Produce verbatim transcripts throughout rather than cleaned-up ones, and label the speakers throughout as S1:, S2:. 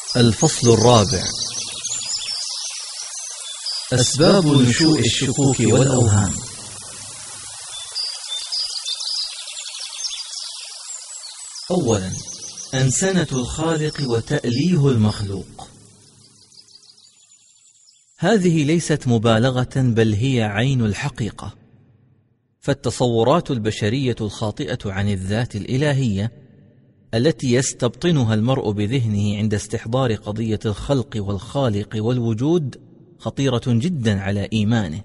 S1: الفصل الرابع: أسباب نشوء الشكوك والأوهام. أولا، أنسنة الخالق وتأليه المخلوق. هذه ليست مبالغة، بل هي عين الحقيقة. فالتصورات البشرية الخاطئة عن الذات الإلهية التي يستبطنها المرء بذهنه عند استحضار قضية الخلق والخالق والوجود خطيرة جدا على إيمانه.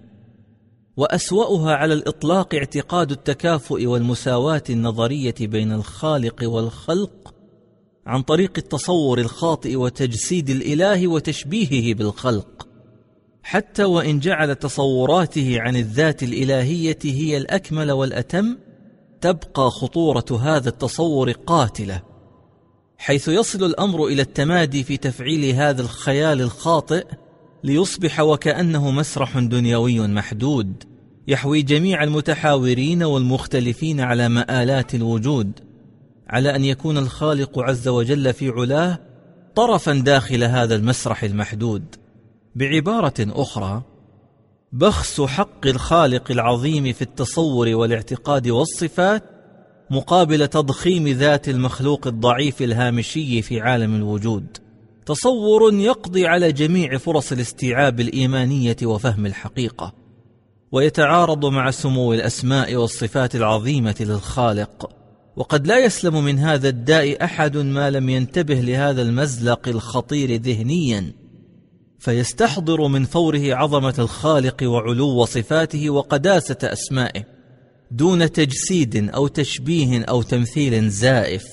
S1: وأسوأها على الإطلاق اعتقاد التكافؤ والمساواة النظرية بين الخالق والخلق عن طريق التصور الخاطئ وتجسيد الإله وتشبيهه بالخلق، حتى وإن جعل تصوراته عن الذات الإلهية هي الأكمل والأتم، تبقى خطورة هذا التصور قاتلة، حيث يصل الأمر إلى التمادي في تفعيل هذا الخيال الخاطئ ليصبح وكأنه مسرح دنيوي محدود يحوي جميع المتحاورين والمختلفين على مآلات الوجود، على أن يكون الخالق عز وجل في علاه طرفا داخل هذا المسرح المحدود. بعبارة أخرى، بخس حق الخالق العظيم في التصور والاعتقاد والصفات مقابل تضخيم ذات المخلوق الضعيف الهامشي في عالم الوجود، تصور يقضي على جميع فرص الاستيعاب الإيمانية وفهم الحقيقة، ويتعارض مع سمو الأسماء والصفات العظيمة للخالق. وقد لا يسلم من هذا الداء أحد ما لم ينتبه لهذا المزلق الخطير ذهنيا، فيستحضر من فوره عظمة الخالق وعلو صفاته وقداسة أسمائه دون تجسيد أو تشبيه أو تمثيل زائف.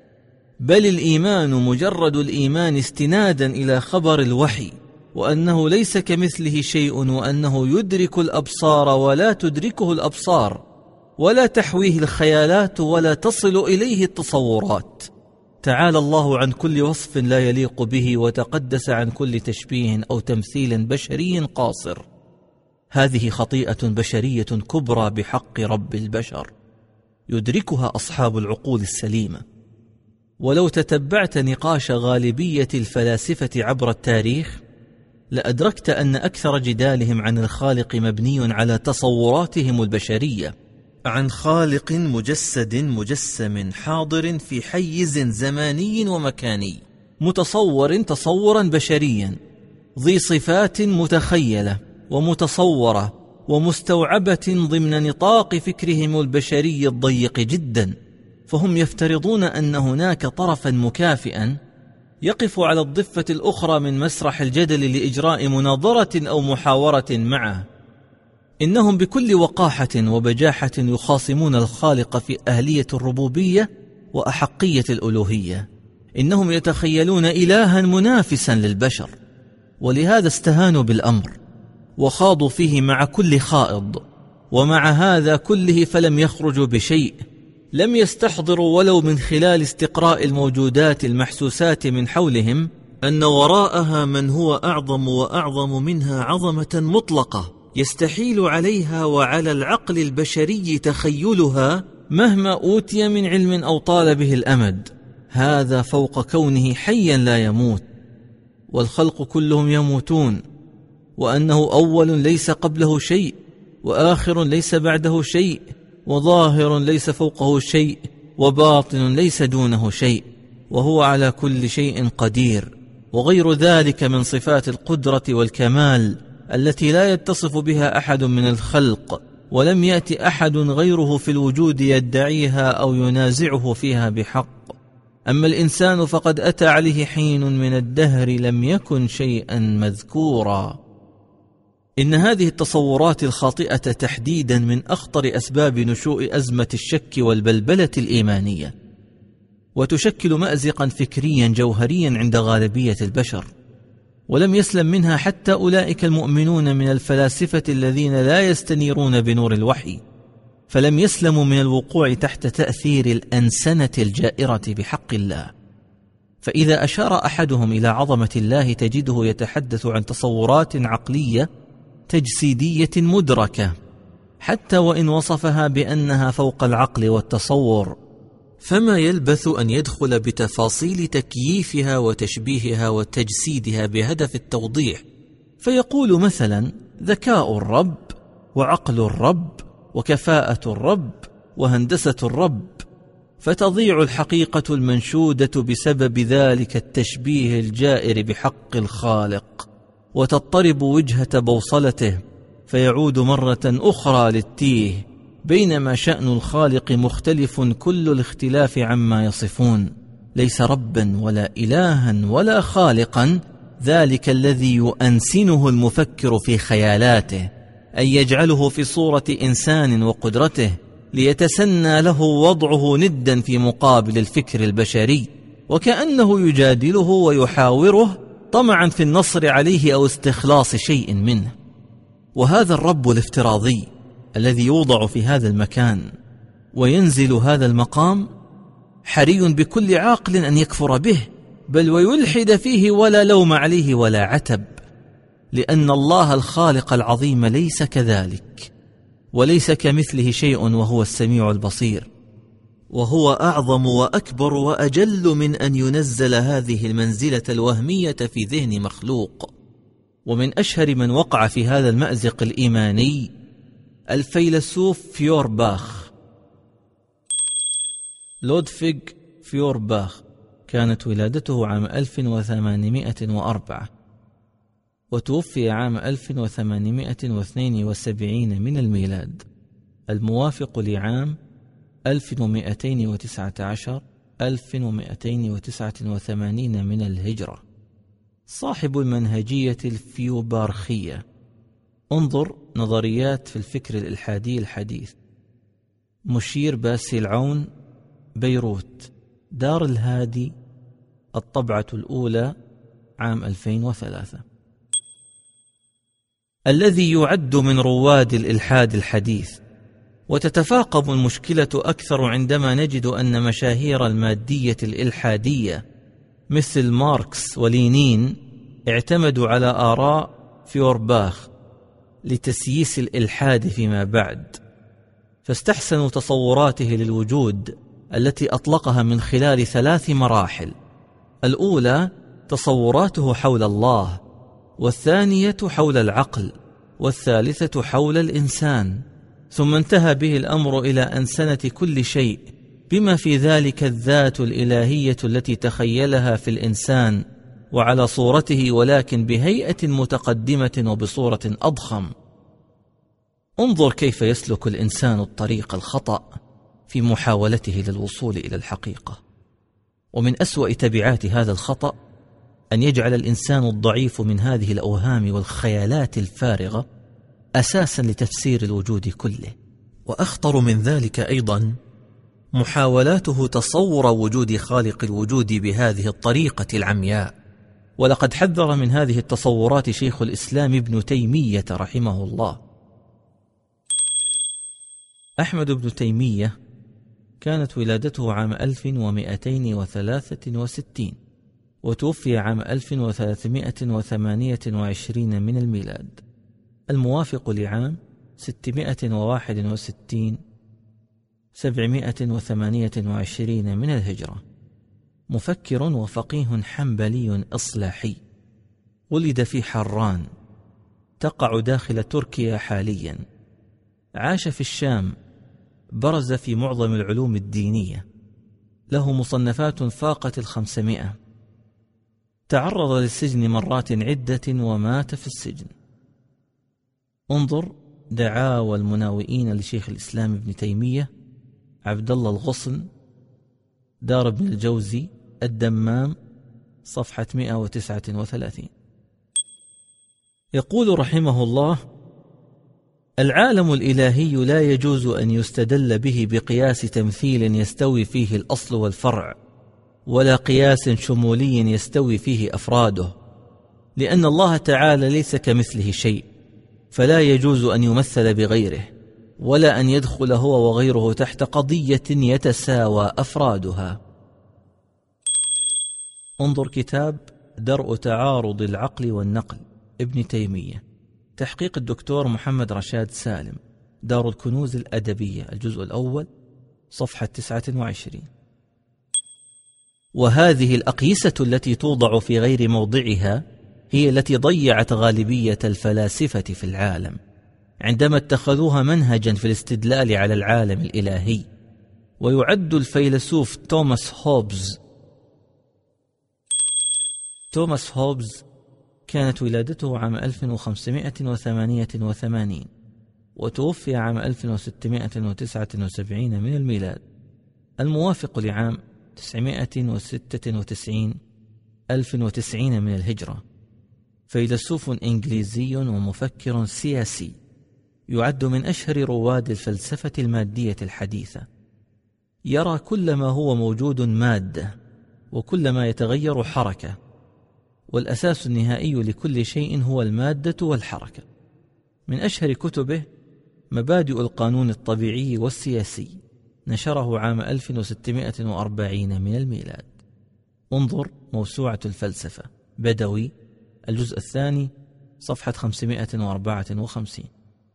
S1: بل الإيمان مجرد الإيمان استنادا إلى خبر الوحي، وأنه ليس كمثله شيء، وأنه يدرك الأبصار ولا تدركه الأبصار، ولا تحويه الخيالات ولا تصل إليه التصورات. تعالى الله عن كل وصف لا يليق به، وتقدس عن كل تشبيه أو تمثيل بشري قاصر. هذه خطيئة بشرية كبرى بحق رب البشر يدركها أصحاب العقول السليمة. ولو تتبعت نقاش غالبية الفلاسفة عبر التاريخ لأدركت أن أكثر جدالهم عن الخالق مبني على تصوراتهم البشرية عن خالق مجسد مجسم حاضر في حيز زماني ومكاني، متصور تصورا بشريا ذي صفات متخيلة ومتصورة ومستوعبة ضمن نطاق فكرهم البشري الضيق جدا. فهم يفترضون أن هناك طرفا مكافئا يقف على الضفة الأخرى من مسرح الجدل لإجراء مناظرة أو محاورة معه. إنهم بكل وقاحة وبجاحة يخاصمون الخالق في أهلية الربوبية وأحقية الألوهية. إنهم يتخيلون إلها منافسا للبشر، ولهذا استهانوا بالأمر وخاضوا فيه مع كل خائض. ومع هذا كله فلم يخرجوا بشيء، لم يستحضروا ولو من خلال استقراء الموجودات المحسوسات من حولهم أن وراءها من هو أعظم وأعظم منها عظمة مطلقة يستحيل عليها وعلى العقل البشري تخيلها مهما أوتي من علم أو طال به الأمد. هذا فوق كونه حيا لا يموت، والخلق كلهم يموتون، وأنه أول ليس قبله شيء، وآخر ليس بعده شيء، وظاهر ليس فوقه شيء، وباطن ليس دونه شيء، وهو على كل شيء قدير، وغير ذلك من صفات القدرة والكمال التي لا يتصف بها أحد من الخلق، ولم يأتي أحد غيره في الوجود يدعيها أو ينازعه فيها بحق. أما الإنسان فقد أتى عليه حين من الدهر لم يكن شيئا مذكورا. إن هذه التصورات الخاطئة تحديدا من أخطر أسباب نشوء أزمة الشك والبلبلة الإيمانية، وتشكل مأزقا فكريا جوهريا عند غالبية البشر، ولم يسلم منها حتى أولئك المؤمنون من الفلاسفة الذين لا يستنيرون بنور الوحي، فلم يسلموا من الوقوع تحت تأثير الأنسنة الجائرة بحق الله. فإذا أشار أحدهم إلى عظمة الله تجده يتحدث عن تصورات عقلية تجسيدية مدركة، حتى وإن وصفها بأنها فوق العقل والتصور، فما يلبث أن يدخل بتفاصيل تكييفها وتشبيهها وتجسيدها بهدف التوضيح، فيقول مثلا: ذكاء الرب، وعقل الرب، وكفاءة الرب، وهندسة الرب، فتضيع الحقيقة المنشودة بسبب ذلك التشبيه الجائر بحق الخالق، وتضطرب وجهة بوصلته، فيعود مرة أخرى للتيه، بينما شأن الخالق مختلف كل الاختلاف عما يصفون، ليس ربا ولا إلها ولا خالقا، ذلك الذي يؤنسنه المفكر في خيالاته، أن يجعله في صورة إنسان وقدرته، ليتسنى له وضعه ندا في مقابل الفكر البشري، وكأنه يجادله ويحاوره طمعا في النصر عليه أو استخلاص شيء منه. وهذا الرب الافتراضي الذي يوضع في هذا المكان وينزل هذا المقام حري بكل عاقل أن يكفر به، بل ويلحد فيه ولا لوم عليه ولا عتب، لأن الله الخالق العظيم ليس كذلك، وليس كمثله شيء وهو السميع البصير، وهو أعظم وأكبر وأجل من أن ينزل هذه المنزلة الوهمية في ذهن مخلوق. ومن أشهر من وقع في هذا المأزق الإيماني الفيلسوف فيورباخ، لودفيغ فيورباخ، كانت ولادته عام ألف وثمانمائة وأربعة، وتوفي عام ألف وثمانمائة واثنين وسبعين من الميلاد، الموافق لعام ألف ومائتين وتسعة عشر ألف ومائتين وتسعة وثمانين من الهجرة، صاحب المنهجية الفيوبارخية. انظر نظريات في الفكر الإلحادي الحديث، مشير باسي العون، بيروت، دار الهادي، الطبعة الأولى، عام ألفين وثلاثة. الذي يعد من رواد الإلحاد الحديث. وتتفاقم المشكلة أكثر عندما نجد أن مشاهير المادية الإلحادية مثل ماركس ولينين اعتمدوا على آراء فيورباخ لتسييس الإلحاد فيما بعد، فاستحسنوا تصوراته للوجود التي أطلقها من خلال ثلاث مراحل: الأولى تصوراته حول الله، والثانية حول العقل، والثالثة حول الإنسان، ثم انتهى به الأمر إلى أنسنة كل شيء، بما في ذلك الذات الإلهية التي تخيلها في الإنسان وعلى صورته، ولكن بهيئة متقدمة وبصورة أضخم. انظر كيف يسلك الإنسان الطريق الخطأ في محاولته للوصول إلى الحقيقة. ومن أسوأ تبعات هذا الخطأ أن يجعل الإنسان الضعيف من هذه الأوهام والخيالات الفارغة أساسا لتفسير الوجود كله. وأخطر من ذلك أيضا محاولاته تصور وجود خالق الوجود بهذه الطريقة العمياء. ولقد حذر من هذه التصورات شيخ الإسلام ابن تيمية رحمه الله. أحمد بن تيمية كانت ولادته عام ألف ومائتين وثلاثة وستين، وتوفي عام ألف وثلاثمائة وثمانية وعشرين من الميلاد، الموافق لعام ستمائة وواحد وستين سبعمائة وثمانية وعشرين من الهجرة. مفكر وفقيه حنبلي إصلاحي، ولد في حران تقع داخل تركيا حاليا، عاش في الشام، برز في معظم العلوم الدينية، له مصنفات فاقت الخمسمائة، تعرض للسجن مرات عدة ومات في السجن. انظر دعاوى المناوئين لشيخ الإسلام ابن تيمية، عبد الله الغصن، دار ابن الجوزي، الدمام، صفحة مئة وتسعة وثلاثين. يقول رحمه الله: العالم الإلهي لا يجوز أن يستدل به بقياس تمثيل يستوي فيه الأصل والفرع، ولا قياس شمولي يستوي فيه أفراده، لأن الله تعالى ليس كمثله شيء، فلا يجوز أن يمثل بغيره، ولا أن يدخل هو وغيره تحت قضية يتساوى أفرادها. انظر كتاب درء تعارض العقل والنقل، ابن تيمية، تحقيق الدكتور محمد رشاد سالم، دار الكنوز الأدبية، الجزء الأول، صفحة تسعة وعشرين. وهذه الأقيسة التي توضع في غير موضعها هي التي ضيعت غالبية الفلاسفة في العالم عندما اتخذوها منهجا في الاستدلال على العالم الإلهي. ويعد الفيلسوف توماس هوبز توماس هوبز كانت ولادته عام ألف وخمسمائة وثمانية وثمانين وتوفي عام ألف وستمائة وتسعة وسبعين من الميلاد، الموافق لعام تسعمائة وستة وتسعين ألف وتسعين من الهجرة. فيلسوف إنجليزي ومفكر سياسي، يعد من أشهر رواد الفلسفة المادية الحديثة. يرى كل ما هو موجود مادة، وكل ما يتغير حركة، والأساس النهائي لكل شيء هو المادة والحركة. من أشهر كتبه مبادئ القانون الطبيعي والسياسي، نشره عام ألف وستمائة وأربعين من الميلاد. انظر موسوعة الفلسفة، بدوي، الجزء الثاني، صفحة خمسمائة وأربعة وخمسين.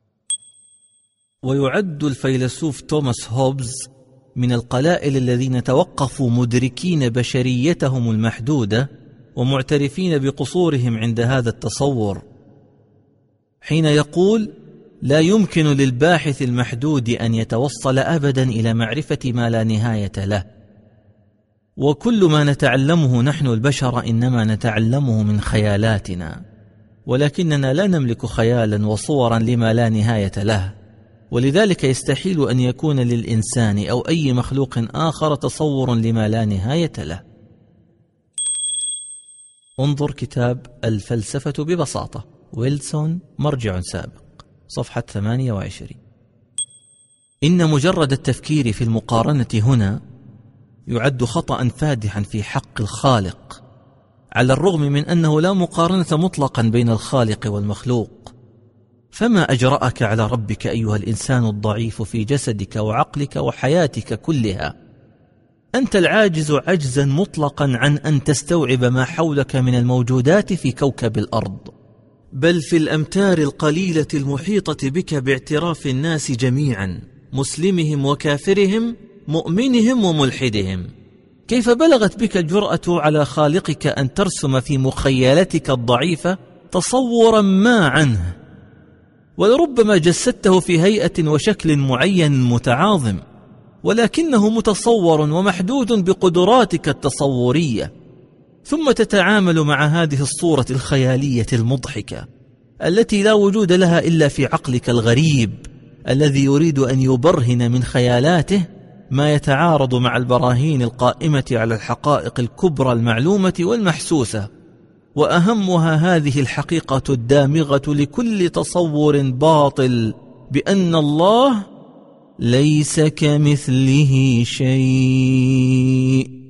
S1: ويعد الفيلسوف توماس هوبز من القلائل الذين توقفوا مدركين بشريتهم المحدودة ومعترفين بقصورهم عند هذا التصور، حين يقول: لا يمكن للباحث المحدود أن يتوصل أبدا إلى معرفة ما لا نهاية له، وكل ما نتعلمه نحن البشر إنما نتعلمه من خيالاتنا، ولكننا لا نملك خيالا وصورا لما لا نهاية له، ولذلك يستحيل أن يكون للإنسان أو أي مخلوق آخر تصور لما لا نهاية له. انظر كتاب الفلسفة ببساطة، ويلسون، مرجع سابق، صفحة ثمانية وعشرين. إن مجرد التفكير في المقارنة هنا يعد خطأ فادحا في حق الخالق، على الرغم من أنه لا مقارنة مطلقا بين الخالق والمخلوق. فما أجرأك على ربك أيها الإنسان الضعيف في جسدك وعقلك وحياتك كلها؟ أنت العاجز عجزا مطلقا عن أن تستوعب ما حولك من الموجودات في كوكب الأرض، بل في الأمتار القليلة المحيطة بك باعتراف الناس جميعا، مسلمهم وكافرهم، مؤمنهم وملحدهم. كيف بلغت بك الجرأة على خالقك أن ترسم في مخيلتك الضعيفة تصورا ما عنه، ولربما جسدته في هيئة وشكل معين متعاظم، ولكنه متصور ومحدود بقدراتك التصورية، ثم تتعامل مع هذه الصورة الخيالية المضحكة التي لا وجود لها إلا في عقلك الغريب الذي يريد أن يبرهن من خيالاته ما يتعارض مع البراهين القائمة على الحقائق الكبرى المعلومة والمحسوسة، وأهمها هذه الحقيقة الدامغة لكل تصور باطل بأن الله ليس كمثله شيء.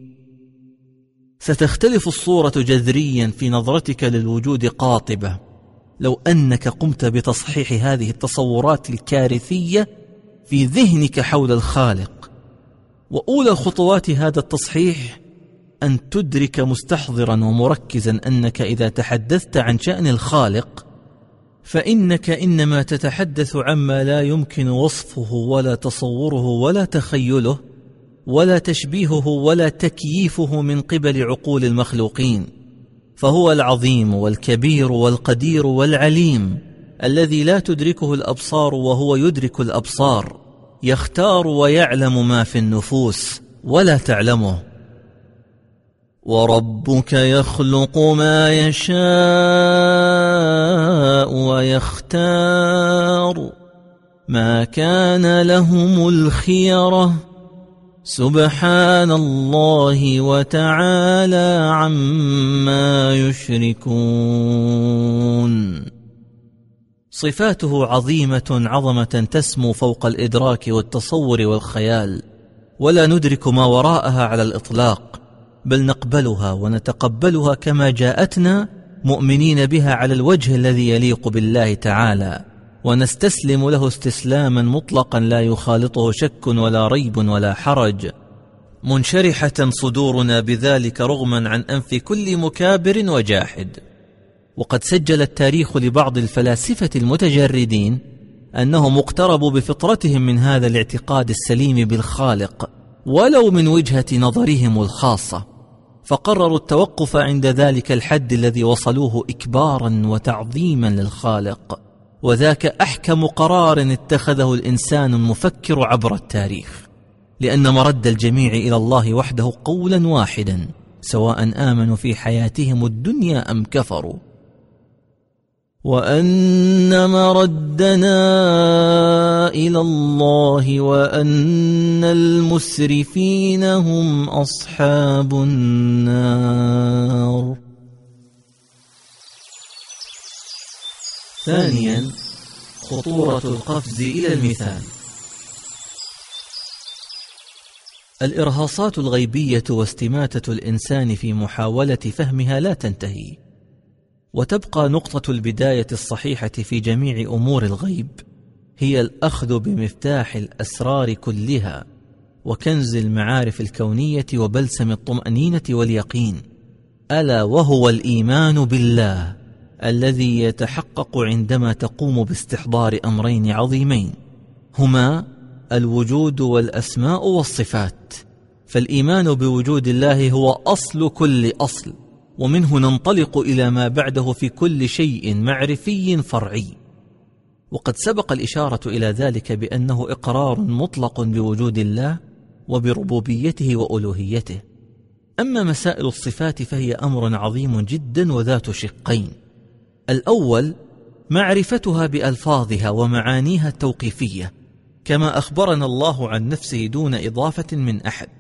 S1: ستختلف الصورة جذريا في نظرتك للوجود قاطبة لو أنك قمت بتصحيح هذه التصورات الكارثية في ذهنك حول الخالق. وأولى خطوات هذا التصحيح أن تدرك مستحضرا ومركزا أنك إذا تحدثت عن شأن الخالق فإنك إنما تتحدث عما لا يمكن وصفه ولا تصوره ولا تخيله ولا تشبيهه ولا تكييفه من قبل عقول المخلوقين، فهو العظيم والكبير والقدير والعليم الذي لا تدركه الأبصار وهو يدرك الأبصار، يختار ويعلم ما في النفوس ولا تعلمه. وربك يخلق ما يشاء ويختار ما كان لهم الخيرة سبحان الله وتعالى عما يشركون. صفاته عظيمة عظمة تسمو فوق الإدراك والتصور والخيال، ولا ندرك ما وراءها على الإطلاق، بل نقبلها ونتقبلها كما جاءتنا مؤمنين بها على الوجه الذي يليق بالله تعالى، ونستسلم له استسلاما مطلقا لا يخالطه شك ولا ريب ولا حرج، منشرحة صدورنا بذلك رغما عن أنف كل مكابر وجاحد. وقد سجل التاريخ لبعض الفلاسفة المتجردين أنهم اقتربوا بفطرتهم من هذا الاعتقاد السليم بالخالق ولو من وجهة نظرهم الخاصة، فقرروا التوقف عند ذلك الحد الذي وصلوه إكبارا وتعظيما للخالق، وذاك أحكم قرار اتخذه الإنسان المفكر عبر التاريخ، لأن مرد الجميع إلى الله وحده قولا واحدا، سواء آمنوا في حياتهم الدنيا أم كفروا، وأن مردنا إلى الله وأن المسرفين هم أصحاب النار. ثانيا، خطورة القفز إلى المثال. الإرهاصات الغيبية واستماتة الإنسان في محاولة فهمها لا تنتهي، وتبقى نقطة البداية الصحيحة في جميع أمور الغيب هي الأخذ بمفتاح الأسرار كلها وكنز المعارف الكونية وبلسم الطمأنينة واليقين، ألا وهو الإيمان بالله الذي يتحقق عندما تقوم باستحضار أمرين عظيمين، هما الوجود والأسماء والصفات. فالإيمان بوجود الله هو أصل كل أصل، ومنه ننطلق إلى ما بعده في كل شيء معرفي فرعي. وقد سبق الإشارة إلى ذلك بأنه إقرار مطلق بوجود الله وبربوبيته وألوهيته. أما مسائل الصفات فهي أمر عظيم جدا وذات شقين: الأول معرفتها بألفاظها ومعانيها التوقيفية كما أخبرنا الله عن نفسه دون إضافة من أحد،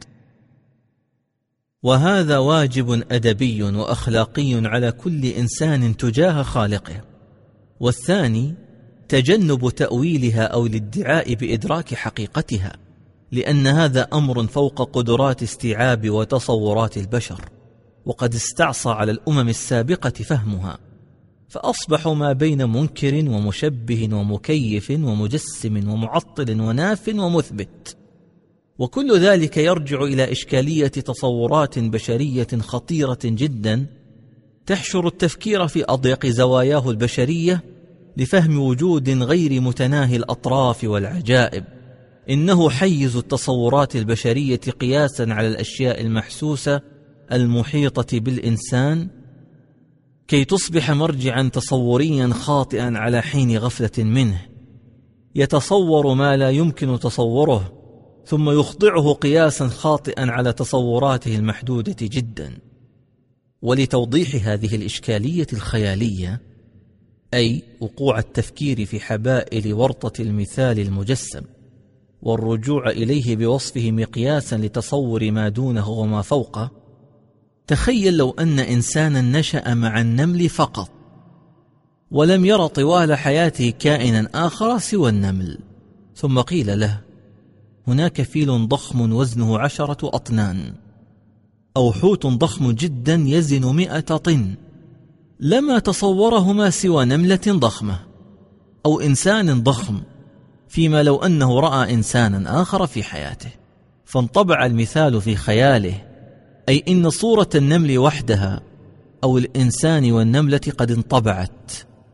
S1: وهذا واجب أدبي وأخلاقي على كل إنسان تجاه خالقه. والثاني تجنب تأويلها أو الادعاء بإدراك حقيقتها، لأن هذا أمر فوق قدرات استيعاب وتصورات البشر، وقد استعصى على الأمم السابقة فهمها، فأصبحوا ما بين منكر ومشبه ومكيف ومجسم ومعطل وناف ومثبت، وكل ذلك يرجع إلى إشكالية تصورات بشرية خطيرة جدا تحشر التفكير في أضيق زواياه البشرية لفهم وجود غير متناهي الأطراف والعجائب. إنه حيز التصورات البشرية قياسا على الأشياء المحسوسة المحيطة بالإنسان كي تصبح مرجعا تصوريا خاطئا على حين غفلة منه، يتصور ما لا يمكن تصوره ثم يخضعه قياسا خاطئا على تصوراته المحدودة جدا. ولتوضيح هذه الإشكالية الخيالية، أي وقوع التفكير في حبائل ورطة المثال المجسم والرجوع إليه بوصفه مقياسا لتصور ما دونه وما فوقه، تخيل لو أن إنسانا نشأ مع النمل فقط ولم ير طوال حياته كائنا آخر سوى النمل، ثم قيل له هناك فيل ضخم وزنه عشرة أطنان، أو حوت ضخم جدا يزن مئة طن، لما تصورهما سوى نملة ضخمة أو إنسان ضخم، فيما لو أنه رأى إنسانا آخر في حياته فانطبع المثال في خياله، أي إن صورة النمل وحدها أو الإنسان والنملة قد انطبعت،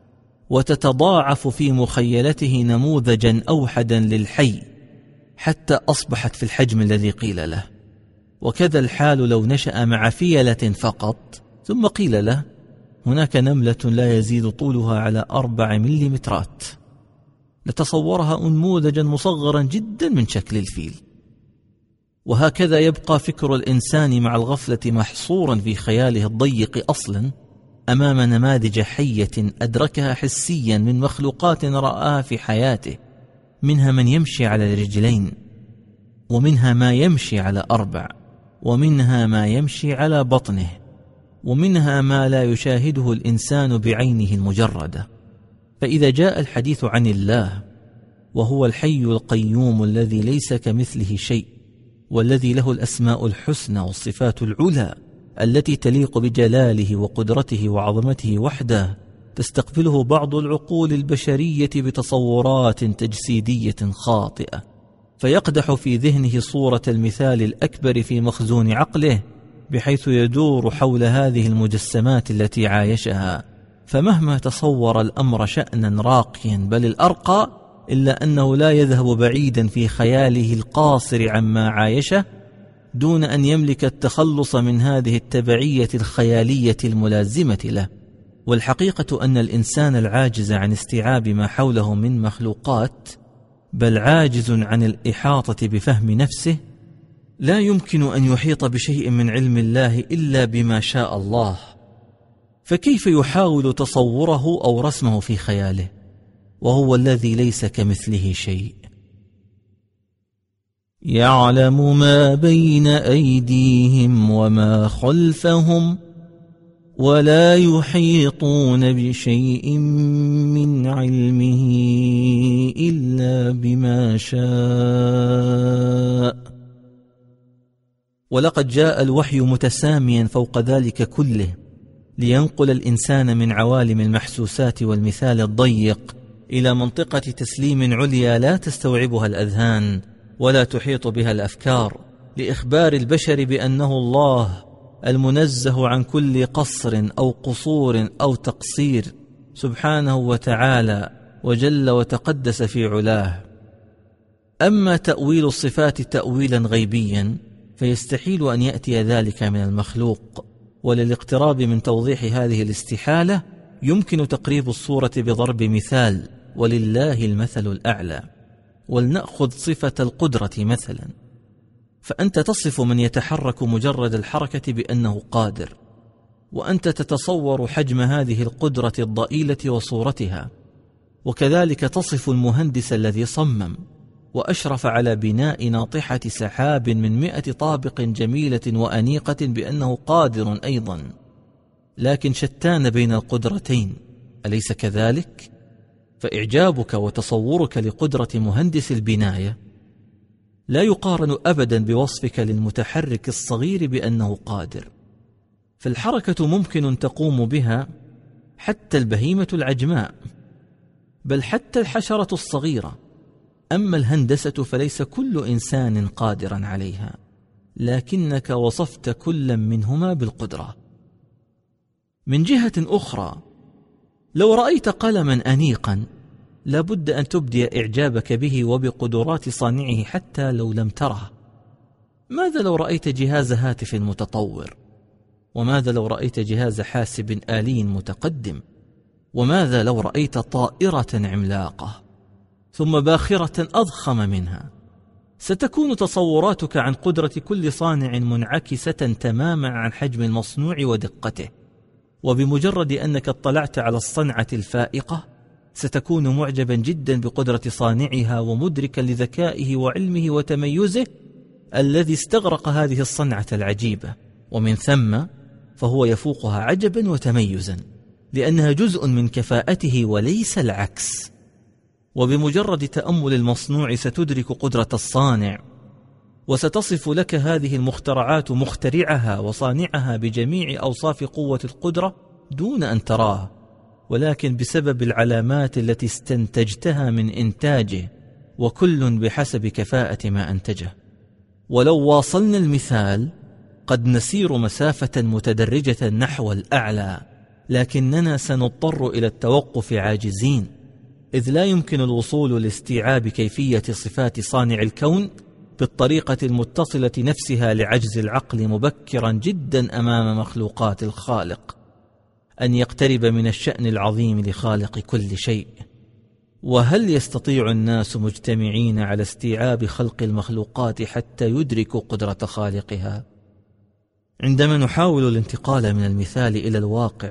S1: وتتضاعف في مخيلته نموذجا أوحدا للحي حتى أصبحت في الحجم الذي قيل له. وكذا الحال لو نشأ مع فيلة فقط ثم قيل له هناك نملة لا يزيد طولها على أربع مليمترات، لتصورها نموذجا مصغرا جدا من شكل الفيل. وهكذا يبقى فكر الإنسان مع الغفلة محصورا في خياله الضيق أصلا أمام نماذج حية أدركها حسيا من مخلوقات رآها في حياته، منها من يمشي على الرجلين، ومنها ما يمشي على أربع، ومنها ما يمشي على بطنه، ومنها ما لا يشاهده الإنسان بعينه المجردة. فإذا جاء الحديث عن الله وهو الحي القيوم الذي ليس كمثله شيء، والذي له الأسماء الحسنى والصفات العلى التي تليق بجلاله وقدرته وعظمته وحده، تستقبله بعض العقول البشرية بتصورات تجسيدية خاطئة، فيقدح في ذهنه صورة المثال الأكبر في مخزون عقله، بحيث يدور حول هذه المجسمات التي عايشها، فمهما تصور الأمر شأنا راقيا بل الأرقى، إلا أنه لا يذهب بعيدا في خياله القاصر عما عايشه، دون أن يملك التخلص من هذه التبعية الخيالية الملازمة له. والحقيقة أن الإنسان العاجز عن استيعاب ما حوله من مخلوقات، بل عاجز عن الإحاطة بفهم نفسه، لا يمكن أن يحيط بشيء من علم الله إلا بما شاء الله، فكيف يحاول تصوره أو رسمه في خياله وهو الذي ليس كمثله شيء؟ يعلم ما بين أيديهم وما خلفهم ولا يحيطون بشيء من علمه إلا بما شاء. ولقد جاء الوحي متساميا فوق ذلك كله لينقل الإنسان من عوالم المحسوسات والمثال الضيق إلى منطقة تسليم عليا لا تستوعبها الأذهان ولا تحيط بها الأفكار، لإخبار البشر بأنه الله المنزه عن كل قصر أو قصور أو تقصير سبحانه وتعالى وجل وتقدس في علاه. أما تأويل الصفات تأويلا غيبيا فيستحيل أن يأتي ذلك من المخلوق. وللاقتراب من توضيح هذه الاستحالة يمكن تقريب الصورة بضرب مثال، ولله المثل الأعلى. ولنأخذ صفة القدرة مثلا، فأنت تصف من يتحرك مجرد الحركة بأنه قادر، وأنت تتصور حجم هذه القدرة الضئيلة وصورتها. وكذلك تصف المهندس الذي صمم وأشرف على بناء ناطحة سحاب من مئة طابق جميلة وأنيقة بأنه قادر أيضا، لكن شتان بين القدرتين، أليس كذلك؟ فإعجابك وتصورك لقدرة مهندس البناية لا يقارن أبدا بوصفك للمتحرك الصغير بأنه قادر. فالحركة ممكن تقوم بها حتى البهيمة العجماء، بل حتى الحشرة الصغيرة. أما الهندسة فليس كل إنسان قادرا عليها، لكنك وصفت كل منهما بالقدرة. من جهة أخرى، لو رأيت قلما أنيقا لابد أن تبدي إعجابك به وبقدرات صانعه حتى لو لم تره. ماذا لو رأيت جهاز هاتف متطور؟ وماذا لو رأيت جهاز حاسب آلي متقدم؟ وماذا لو رأيت طائرة عملاقة ثم باخرة أضخم منها؟ ستكون تصوراتك عن قدرة كل صانع منعكسة تماما عن حجم المصنوع ودقته. وبمجرد أنك اطلعت على الصنعة الفائقة ستكون معجبا جدا بقدرة صانعها ومدركا لذكائه وعلمه وتميزه الذي استغرق هذه الصنعة العجيبة، ومن ثم فهو يفوقها عجبا وتميزا لأنها جزء من كفاءته وليس العكس. وبمجرد تأمل المصنوع ستدرك قدرة الصانع، وستصف لك هذه المخترعات مخترعها وصانعها بجميع أوصاف قوة القدرة دون أن تراها، ولكن بسبب العلامات التي استنتجتها من إنتاجه، وكل بحسب كفاءة ما أنتجه. ولو واصلنا المثال قد نسير مسافة متدرجة نحو الأعلى، لكننا سنضطر إلى التوقف عاجزين، إذ لا يمكن الوصول لاستيعاب كيفية صفات صانع الكون بالطريقة المتصلة نفسها لعجز العقل مبكرا جدا أمام مخلوقات الخالق أن يقترب من الشأن العظيم لخالق كل شيء. وهل يستطيع الناس مجتمعين على استيعاب خلق المخلوقات حتى يدركوا قدرة خالقها؟ عندما نحاول الانتقال من المثال إلى الواقع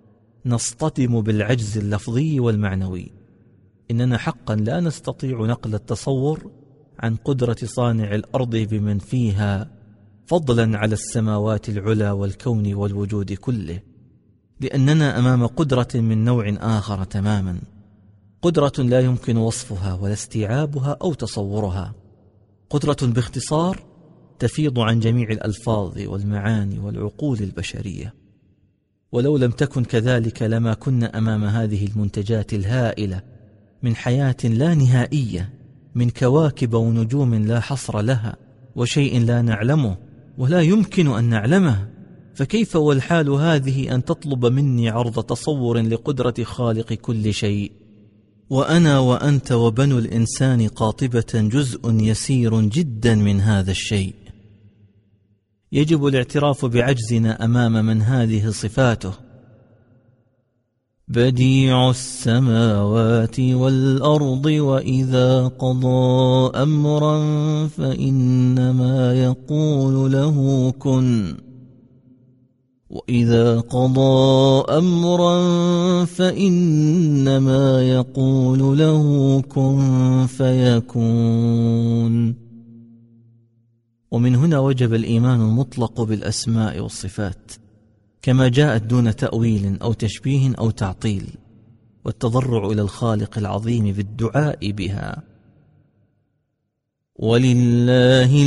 S1: نصطدم بالعجز اللفظي والمعنوي. إننا حقا لا نستطيع نقل التصور عن قدرة صانع الأرض بمن فيها، فضلا على السماوات العلى والكون والوجود كله، لأننا أمام قدرة من نوع آخر تماما، قدرة لا يمكن وصفها ولا استيعابها أو تصورها، قدرة باختصار تفيض عن جميع الألفاظ والمعاني والعقول البشرية. ولو لم تكن كذلك لما كنا أمام هذه المنتجات الهائلة من حياة لا نهائية، من كواكب ونجوم لا حصر لها، وشيء لا نعلمه ولا يمكن أن نعلمه. فكيف والحال هذه أن تطلب مني عرض تصور لقدرة خالق كل شيء، وأنا وأنت وبنو الإنسان قاطبة جزء يسير جدا من هذا الشيء؟ يجب الاعتراف بعجزنا أمام من هذه صفاته. بديع السماوات والأرض وإذا قضى أمرا فإنما يقول له كن وإذا قضى أمرا فإنما يقول له كن فيكون. ومن هنا وجب الإيمان المطلق بالأسماء والصفات كما جاءت دون تأويل أو تشبيه أو تعطيل، والتضرع إلى الخالق العظيم بالدعاء بها. ولله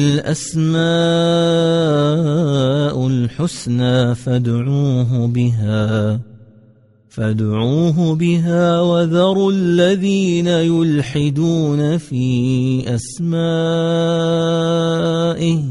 S1: الأسماء الحسنى فادعوه بها فادعوه بها وذروا الذين يلحدون في أسمائه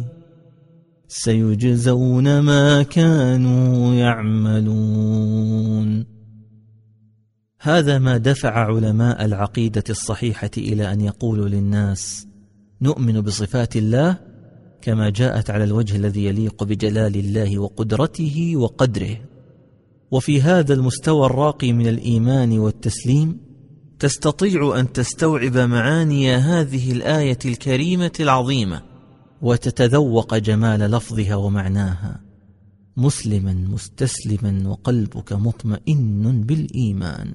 S1: سيجزون ما كانوا يعملون. هذا ما دفع علماء العقيدة الصحيحة إلى أن يقولوا للناس: نؤمن بصفات الله كما جاءت على الوجه الذي يليق بجلال الله وقدرته وقدره. وفي هذا المستوى الراقي من الإيمان والتسليم تستطيع أن تستوعب معاني هذه الآية الكريمة العظيمة وتتذوق جمال لفظها ومعناها، مسلما مستسلما وقلبك مطمئن بالإيمان.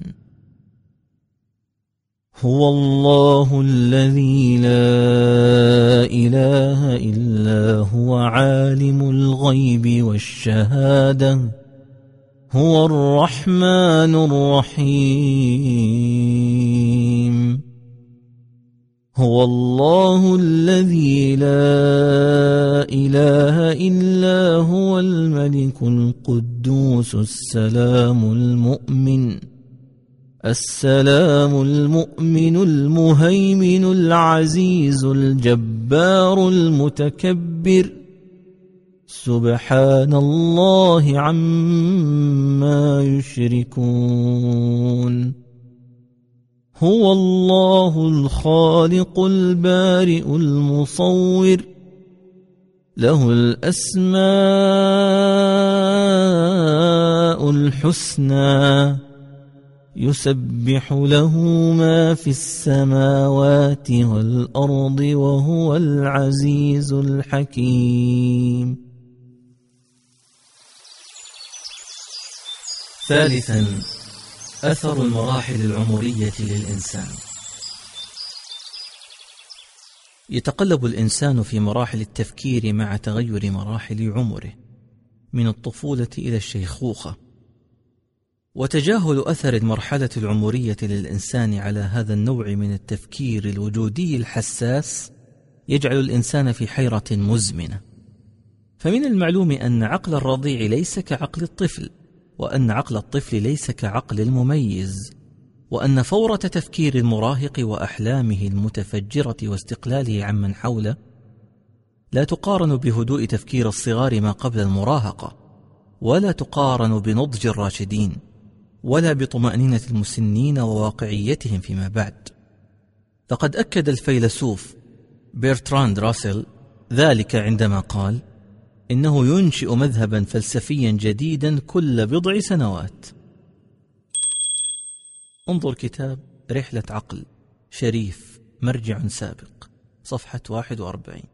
S1: هو الله الذي لا إله إلا هو عالم الغيب والشهادة هو الرحمن الرحيم. هو الله الذي لا إله إلا هو الملك القدوس السلام المؤمن السلام المؤمن المهيمن العزيز الجبار المتكبر سبحان الله عما يشركون. هو الله الخالق البارئ المصور له الأسماء الحسنى يسبح له ما في السماوات والأرض وهو العزيز الحكيم.
S2: ثالثا، أثر المراحل العمرية للإنسان.
S1: يتقلب الإنسان في مراحل التفكير مع تغير مراحل عمره من الطفولة إلى الشيخوخة، وتجاهل أثر المرحلة العمرية للإنسان على هذا النوع من التفكير الوجودي الحساس يجعل الإنسان في حيرة مزمنة. فمن المعلوم أن عقل الرضيع ليس كعقل الطفل، وأن عقل الطفل ليس كعقل المميز، وأن فورة تفكير المراهق وأحلامه المتفجرة واستقلاله عمن حوله لا تقارن بهدوء تفكير الصغار ما قبل المراهقة، ولا تقارن بنضج الراشدين، ولا بطمأنينة المسنين وواقعيتهم فيما بعد. لقد أكد الفيلسوف بيرتراند راسل ذلك عندما قال: إنه ينشئ مذهبا فلسفيا جديدا كل بضع سنوات. انظر كتاب رحلة عقل شريف مرجع سابق صفحة واحد وأربعين.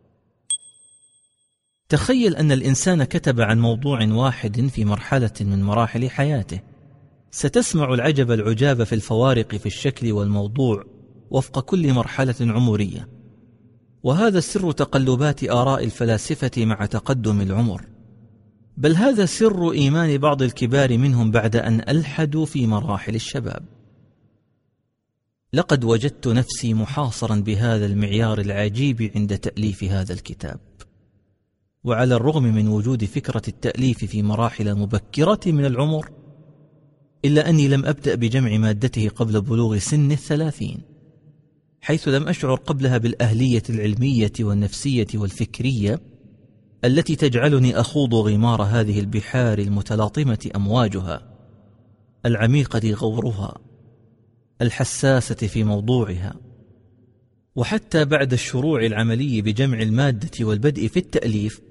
S1: تخيل أن الإنسان كتب عن موضوع واحد في مرحلة من مراحل حياته، ستسمع العجب العجاب في الفوارق في الشكل والموضوع وفق كل مرحلة عمرية. وهذا سر تقلبات آراء الفلاسفة مع تقدم العمر، بل هذا سر إيمان بعض الكبار منهم بعد أن ألحدوا في مراحل الشباب. لقد وجدت نفسي محاصرا بهذا المعيار العجيب عند تأليف هذا الكتاب، وعلى الرغم من وجود فكرة التأليف في مراحل مبكرة من العمر، إلا أني لم أبدأ بجمع مادته قبل بلوغ سن الثلاثين، حيث لم أشعر قبلها بالأهلية العلمية والنفسية والفكرية التي تجعلني أخوض غمار هذه البحار المتلاطمة أمواجها، العميقة غورها، الحساسة في موضوعها. وحتى بعد الشروع العملي بجمع المادة والبدء في التأليف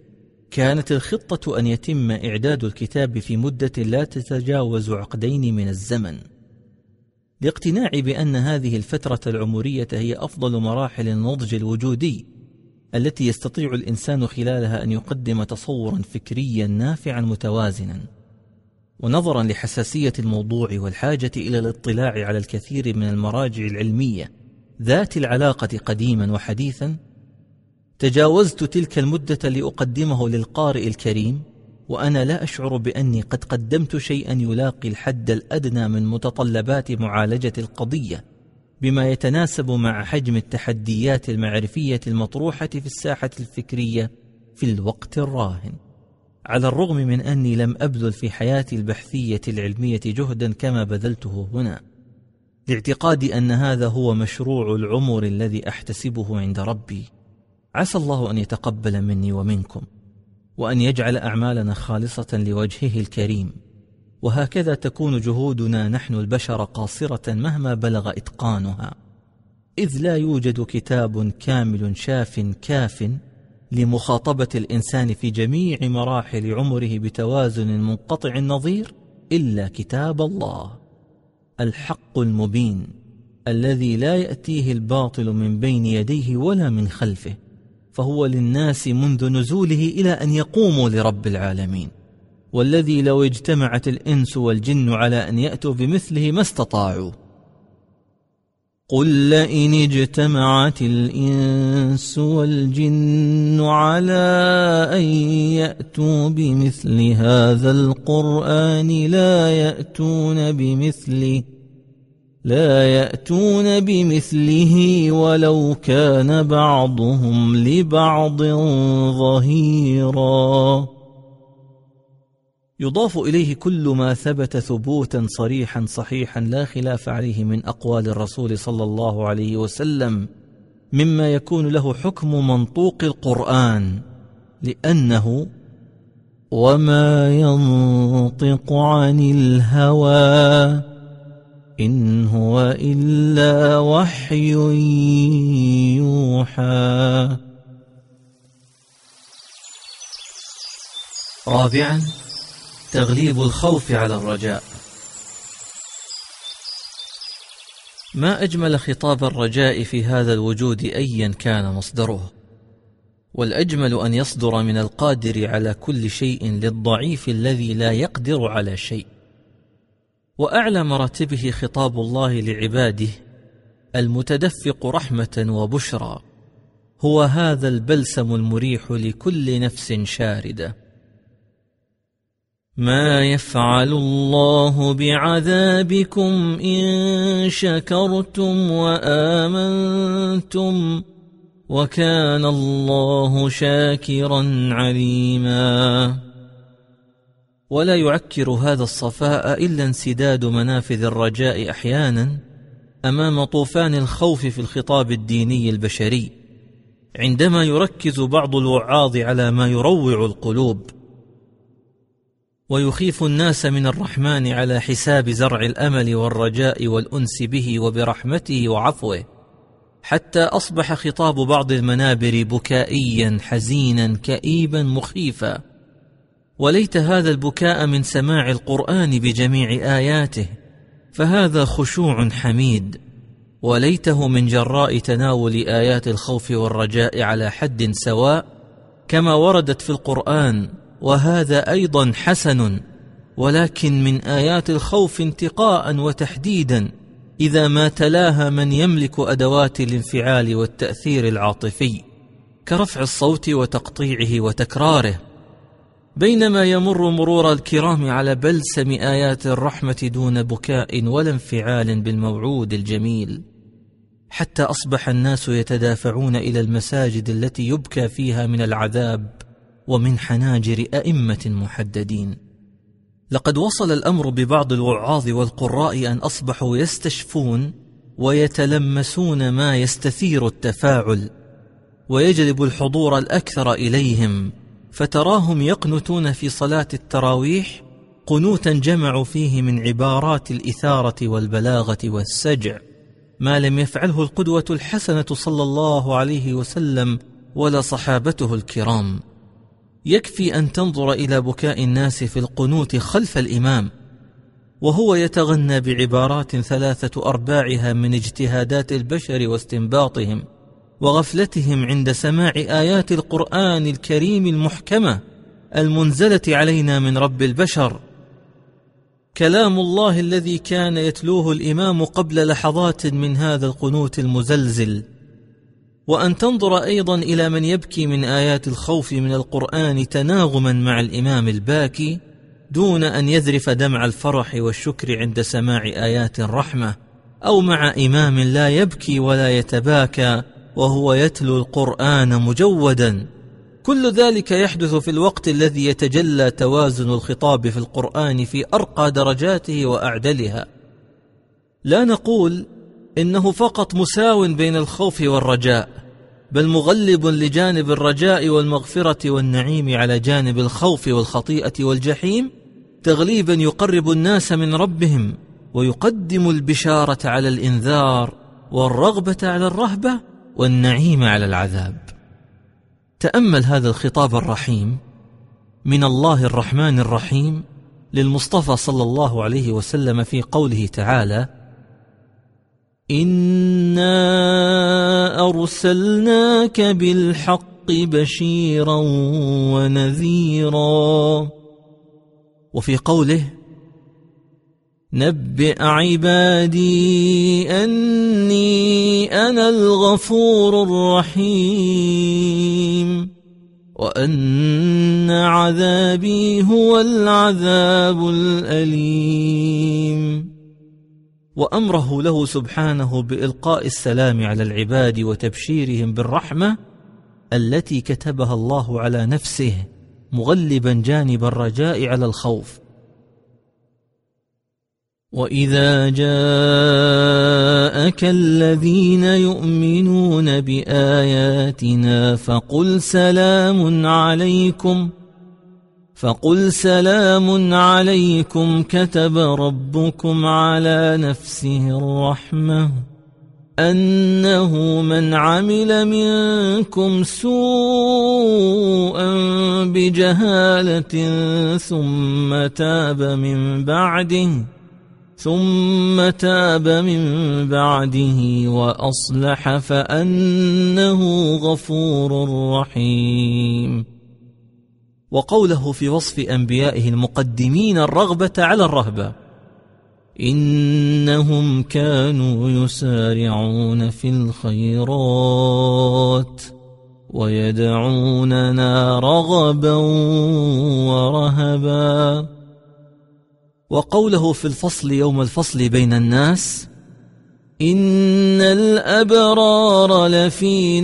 S1: كانت الخطة أن يتم إعداد الكتاب في مدة لا تتجاوز عقدين من الزمن، لاقتناعي بأن هذه الفترة العمرية هي أفضل مراحل النضج الوجودي التي يستطيع الإنسان خلالها أن يقدم تصورا فكريا نافعا متوازنا. ونظرا لحساسية الموضوع والحاجة إلى الاطلاع على الكثير من المراجع العلمية ذات العلاقة قديما وحديثا، تجاوزت تلك المدة لأقدمه للقارئ الكريم وأنا لا أشعر بأني قد قدمت شيئا يلاقي الحد الأدنى من متطلبات معالجة القضية بما يتناسب مع حجم التحديات المعرفية المطروحة في الساحة الفكرية في الوقت الراهن، على الرغم من أني لم أبذل في حياتي البحثية العلمية جهدا كما بذلته هنا، لاعتقادي أن هذا هو مشروع العمر الذي أحتسبه عند ربي. عسى الله أن يتقبل مني ومنكم، وأن يجعل أعمالنا خالصة لوجهه الكريم. وهكذا تكون جهودنا نحن البشر قاصرة مهما بلغ إتقانها، إذ لا يوجد كتاب كامل شاف كاف لمخاطبة الإنسان في جميع مراحل عمره بتوازن منقطع النظير إلا كتاب الله الحق المبين، الذي لا يأتيه الباطل من بين يديه ولا من خلفه، فهو للناس منذ نزوله إلى أن يقوموا لرب العالمين، والذي لو اجتمعت الإنس والجن على أن يأتوا بمثله ما استطاعوا. قل لئن اجتمعت الإنس والجن على أن يأتوا بمثل هذا القرآن لا يأتون بمثله لا يأتون بمثله ولو كان بعضهم لبعض ظهيرا. يضاف إليه كل ما ثبت ثبوتا صريحا صحيحا لا خلاف عليه من أقوال الرسول صلى الله عليه وسلم، مما يكون له حكم منطوق القرآن، لأنه وما ينطق عن الهوى إن هو إلا وحي يوحى.
S2: رابعا، تغليب الخوف على الرجاء.
S1: ما أجمل خطاب الرجاء في هذا الوجود أيا كان مصدره، والأجمل أن يصدر من القادر على كل شيء للضعيف الذي لا يقدر على شيء. وأعلى مراتبه خطاب الله لعباده المتدفق رحمة وبشرى، هو هذا البلسم المريح لكل نفس شاردة. ما يفعل الله بعذابكم إن شكرتم وآمنتم وكان الله شاكرا عليما. ولا يعكر هذا الصفاء إلا انسداد منافذ الرجاء أحيانا أمام طوفان الخوف في الخطاب الديني البشري، عندما يركز بعض الوعاظ على ما يروع القلوب ويخيف الناس من الرحمن على حساب زرع الأمل والرجاء والأنس به وبرحمته وعفوه، حتى أصبح خطاب بعض المنابر بكائيا حزينا كئيبا مخيفا. وليت هذا البكاء من سماع القرآن بجميع آياته، فهذا خشوع حميد، وليته من جراء تناول آيات الخوف والرجاء على حد سواء كما وردت في القرآن، وهذا أيضا حسن، ولكن من آيات الخوف انتقاء وتحديدا إذا ما تلاها من يملك أدوات الانفعال والتأثير العاطفي كرفع الصوت وتقطيعه وتكراره، بينما يمر مرور الكرام على بلسم آيات الرحمة دون بكاء ولا انفعال بالموعود الجميل، حتى أصبح الناس يتدافعون إلى المساجد التي يبكى فيها من العذاب ومن حناجر أئمة محددين. لقد وصل الأمر ببعض الوعاظ والقراء أن أصبحوا يستشفون ويتلمسون ما يستثير التفاعل ويجلب الحضور الأكثر إليهم، فتراهم يقنتون في صلاة التراويح قنوتا جمعوا فيه من عبارات الإثارة والبلاغة والسجع ما لم يفعله القدوة الحسنة صلى الله عليه وسلم ولا صحابته الكرام. يكفي أن تنظر إلى بكاء الناس في القنوت خلف الإمام وهو يتغنى بعبارات ثلاثة أرباعها من اجتهادات البشر واستنباطهم وغفلتهم عند سماع آيات القرآن الكريم المحكمة المنزلة علينا من رب البشر، كلام الله الذي كان يتلوه الإمام قبل لحظات من هذا القنوت المزلزل. وأن تنظر أيضا إلى من يبكي من آيات الخوف من القرآن تناغما مع الإمام الباكي دون أن يذرف دمع الفرح والشكر عند سماع آيات الرحمة، أو مع إمام لا يبكي ولا يتباكى وهو يتلو القرآن مجودا. كل ذلك يحدث في الوقت الذي يتجلى توازن الخطاب في القرآن في أرقى درجاته وأعدلها. لا نقول إنه فقط مساو بين الخوف والرجاء، بل مغلب لجانب الرجاء والمغفرة والنعيم على جانب الخوف والخطيئة والجحيم، تغليبا يقرب الناس من ربهم ويقدم البشارة على الإنذار والرغبة على الرهبة والنعيم على العذاب. تأمل هذا الخطاب الرحيم من الله الرحمن الرحيم للمصطفى صلى الله عليه وسلم في قوله تعالى: إنا أرسلناك بالحق بشيرا ونذيرا، وفي قوله: نبئ عبادي أني أنا الغفور الرحيم وأن عذابي هو العذاب الأليم. وأمره له سبحانه بإلقاء السلام على العباد وتبشيرهم بالرحمة التي كتبها الله على نفسه، مغلبا جانب الرجاء على الخوف. وإذا جاءك الذين يؤمنون بآياتنا فقل سلام عليكم فقل سلام عليكم كتب ربكم على نفسه الرحمة أنه من عمل منكم سوءا بجهالة ثم تاب من بعده ثم تاب من بعده وأصلح فأنه غفور رحيم. وقوله في وصف أنبيائه المقدمين الرغبة على الرهبة: إنهم كانوا يسارعون في الخيرات ويدعوننا رغبا ورهبا. وقوله في الفصل يوم الفصل بين الناس: إن الأبرار لفي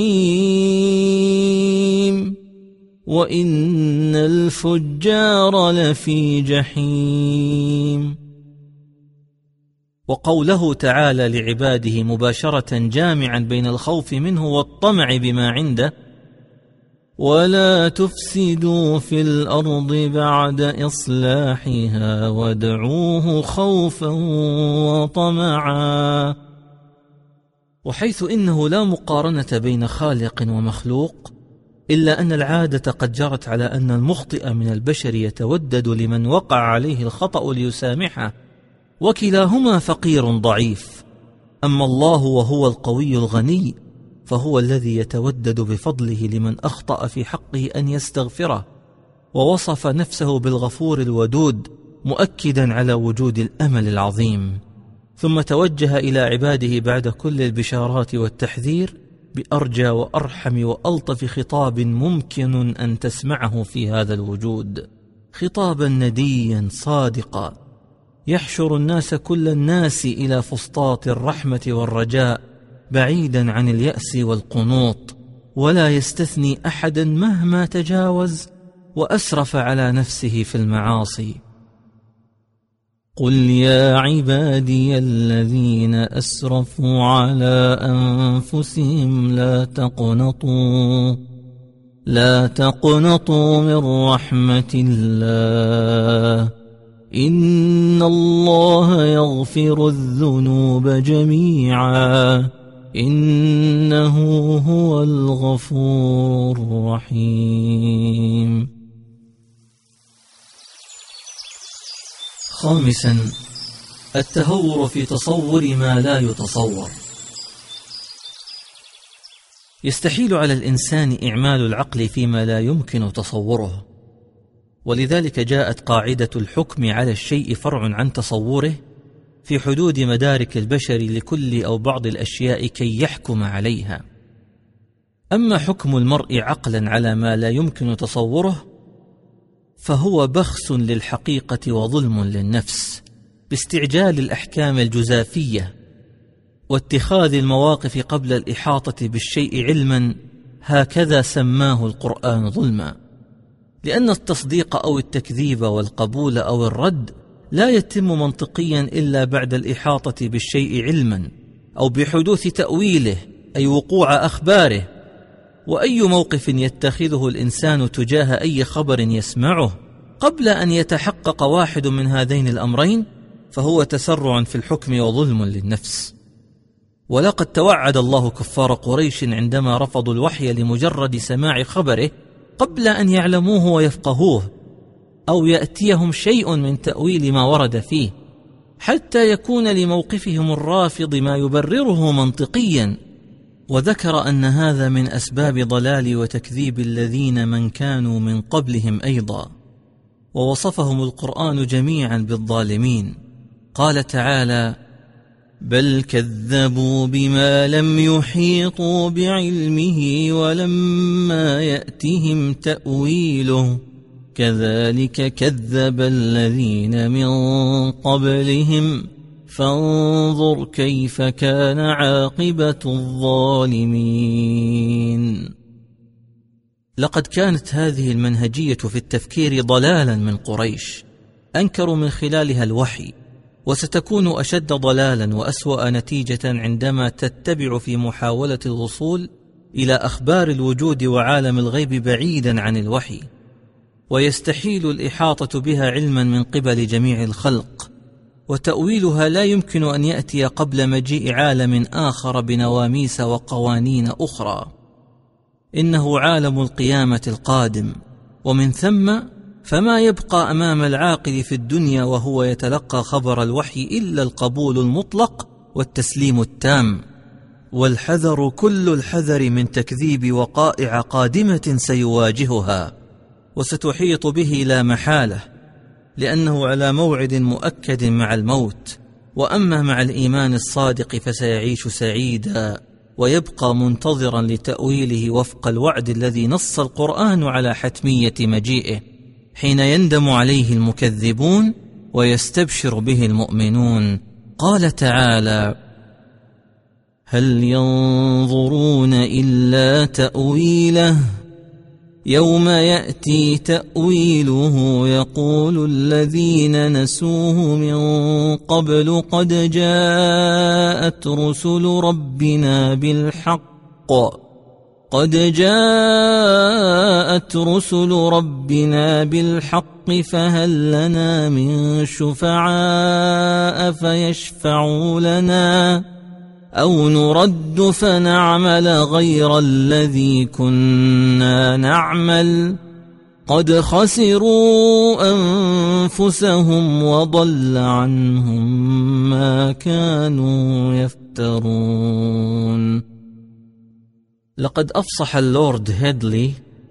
S1: نعيم وإن الفجار لفي جحيم. وقوله تعالى لعباده مباشرة جامعا بين الخوف منه والطمع بما عنده: ولا تفسدوا في الأرض بعد إصلاحها وادعوه خوفا وطمعا. وحيث إنه لا مقارنة بين خالق ومخلوق، إلا أن العادة قد جرت على أن المخطئ من البشر يتودد لمن وقع عليه الخطأ ليسامحه، وكلاهما فقير ضعيف. أما الله وهو القوي الغني فهو الذي يتودد بفضله لمن أخطأ في حقه أن يستغفره، ووصف نفسه بالغفور الودود مؤكدا على وجود الأمل العظيم. ثم توجه إلى عباده بعد كل البشارات والتحذير بأرجى وأرحم وألطف خطاب ممكن أن تسمعه في هذا الوجود، خطابا نديا صادقا يحشر الناس كل الناس إلى فسطاط الرحمة والرجاء بعيدا عن اليأس والقنوط، ولا يستثني أحدا مهما تجاوز وأسرف على نفسه في المعاصي. قل يا عبادي الذين أسرفوا على أنفسهم لا تقنطوا لا تقنطوا من رحمة الله إن الله يغفر الذنوب جميعا إنه هو الغفور الرحيم. خامسا، التهور في تصور ما لا يتصور. يستحيل على الإنسان إعمال العقل فيما لا يمكن تصوره، ولذلك جاءت قاعدة الحكم على الشيء فرع عن تصوره في حدود مدارك البشر لكل أو بعض الأشياء كي يحكم عليها. أما حكم المرء عقلا على ما لا يمكن تصوره فهو بخس للحقيقة وظلم للنفس باستعجال الأحكام الجزافية واتخاذ المواقف قبل الإحاطة بالشيء علما، هكذا سماه القرآن ظلما، لأن التصديق أو التكذيب والقبول أو الرد لا يتم منطقيا إلا بعد الإحاطة بالشيء علما أو بحدوث تأويله أي وقوع أخباره. وأي موقف يتخذه الإنسان تجاه أي خبر يسمعه قبل أن يتحقق واحد من هذين الأمرين فهو تسرع في الحكم وظلم للنفس. ولقد توعد الله كفار قريش عندما رفضوا الوحي لمجرد سماع خبره قبل أن يعلموه ويفقهوه أو يأتيهم شيء من تأويل ما ورد فيه، حتى يكون لموقفهم الرافض ما يبرره منطقيا. وذكر أن هذا من أسباب ضلال وتكذيب الذين من كانوا من قبلهم أيضا، ووصفهم القرآن جميعا بالظالمين. قال تعالى: بل كذبوا بما لم يحيطوا بعلمه ولما يأتهم تأويله كذلك كذب الذين من قبلهم فانظر كيف كان عاقبة الظالمين. لقد كانت هذه المنهجية في التفكير ضلالا من قريش أنكروا من خلالها الوحي، وستكون أشد ضلالا وأسوأ نتيجة عندما تتبع في محاولة الوصول إلى أخبار الوجود وعالم الغيب بعيدا عن الوحي، ويستحيل الإحاطة بها علما من قبل جميع الخلق، وتأويلها لا يمكن أن يأتي قبل مجيء عالم آخر بنواميس وقوانين أخرى. إنه عالم القيامة القادم، ومن ثم فما يبقى أمام العاقل في الدنيا وهو يتلقى خبر الوحي إلا القبول المطلق والتسليم التام، والحذر كل الحذر من تكذيب وقائع قادمة سيواجهها وستحيط به لا محالة، لأنه على موعد مؤكد مع الموت. وأما مع الإيمان الصادق فسيعيش سعيدا ويبقى منتظرا لتأويله وفق الوعد الذي نص القرآن على حتمية مجيئه، حين يندم عليه المكذبون ويستبشر به المؤمنون. قال تعالى: هل ينظرون إلا تأويله يوم يأتي تأويله يقول الذين نسوه من قبل قد جاءت رسل ربنا بالحق قد جاءت رسل ربنا بالحق فهل لنا من شفعاء فيشفعوا لنا أو نرد فنعمل غير الذي كنا نعمل قد خسروا أنفسهم وضل عنهم ما كانوا يفترون. لقد أفصح اللورد هيدلي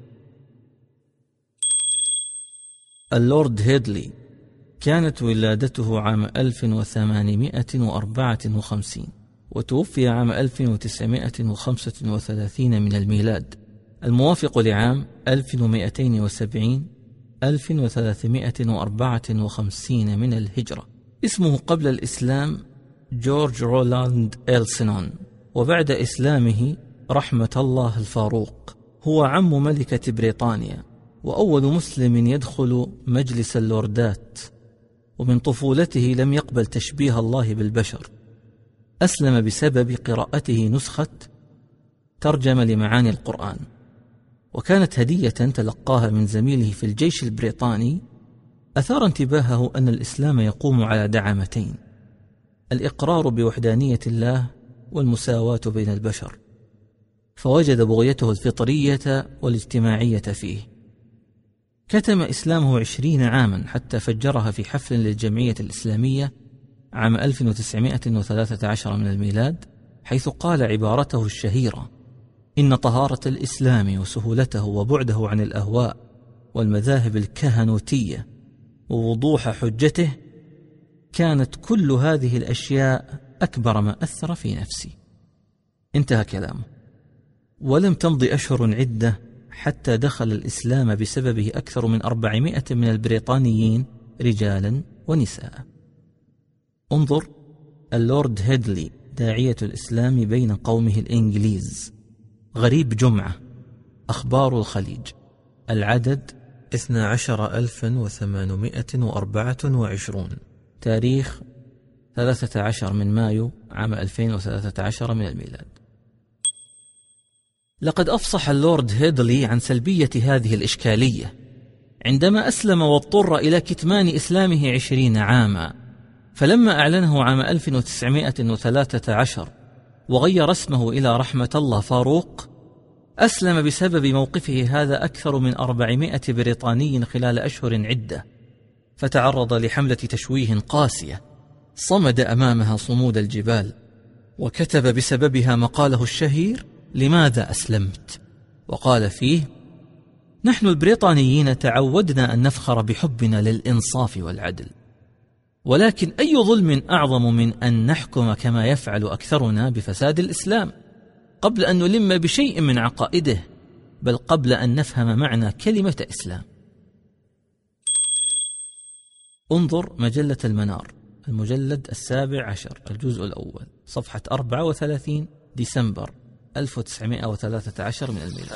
S1: اللورد هيدلي كانت ولادته عام ألف وثمانمائة وأربعة وخمسين، وتوفي عام ألف وتسعمائة وخمسة وثلاثين من الميلاد، الموافق لعام ألف ومائتين وسبعين ألف وثلاثمائة وأربعة وخمسين من الهجرة. اسمه قبل الإسلام جورج رولاند إلسنون، وبعد إسلامه رحمة الله الفاروق. هو عم ملكة بريطانيا وأول مسلم يدخل مجلس اللوردات، ومن طفولته لم يقبل تشبيه الله بالبشر. أسلم بسبب قراءته نسخة ترجمة لمعاني القرآن، وكانت هدية تلقاها من زميله في الجيش البريطاني أثار انتباهه أن الإسلام يقوم على دعامتين: الإقرار بوحدانية الله والمساواة بين البشر، فوجد بغيته الفطرية والاجتماعية فيه. كتم إسلامه عشرين عاما حتى فجرها في حفل للجمعية الإسلامية عام ألف وتسعمائة وثلاثة عشر من الميلاد، حيث قال عبارته الشهيرة: إن طهارة الإسلام وسهولته وبعده عن الأهواء والمذاهب الكهنوتية ووضوح حجته كانت كل هذه الأشياء أكبر ما أثر في نفسي. انتهى كلامه. ولم تمض أشهر عدة حتى دخل الإسلام بسببه أكثر من أربعمائة من البريطانيين رجالا ونساء. انظر اللورد هيدلي داعية الإسلام بين قومه الإنجليز، غريب جمعة، أخبار الخليج، العدد اثني عشر ألفا وثمانمائة وأربعة وعشرون، تاريخ ثلاثة عشر من مايو عام ألفين وثلاثة عشر من الميلاد. لقد أفصح اللورد هيدلي عن سلبية هذه الإشكالية عندما أسلم واضطر إلى كتمان إسلامه عشرين عاما، فلما أعلنه عام ألف وتسعمائة وثلاثة عشر وغير اسمه إلى رحمة الله فاروق، أسلم بسبب موقفه هذا أكثر من أربعمائة بريطاني خلال أشهر عدة، فتعرض لحملة تشويه قاسية صمد أمامها صمود الجبال، وكتب بسببها مقاله الشهير لماذا أسلمت؟ وقال فيه: نحن البريطانيين تعودنا أن نفخر بحبنا للإنصاف والعدل، ولكن أي ظلم أعظم من أن نحكم كما يفعل أكثرنا بفساد الإسلام قبل أن نلم بشيء من عقائده، بل قبل أن نفهم معنى كلمة إسلام. انظر مجلة المنار، المجلد السابع عشر، الجزء الأول، صفحة أربعة وثلاثين، ديسمبر ألف وتسعمائة وثلاثة عشر من الميلاد.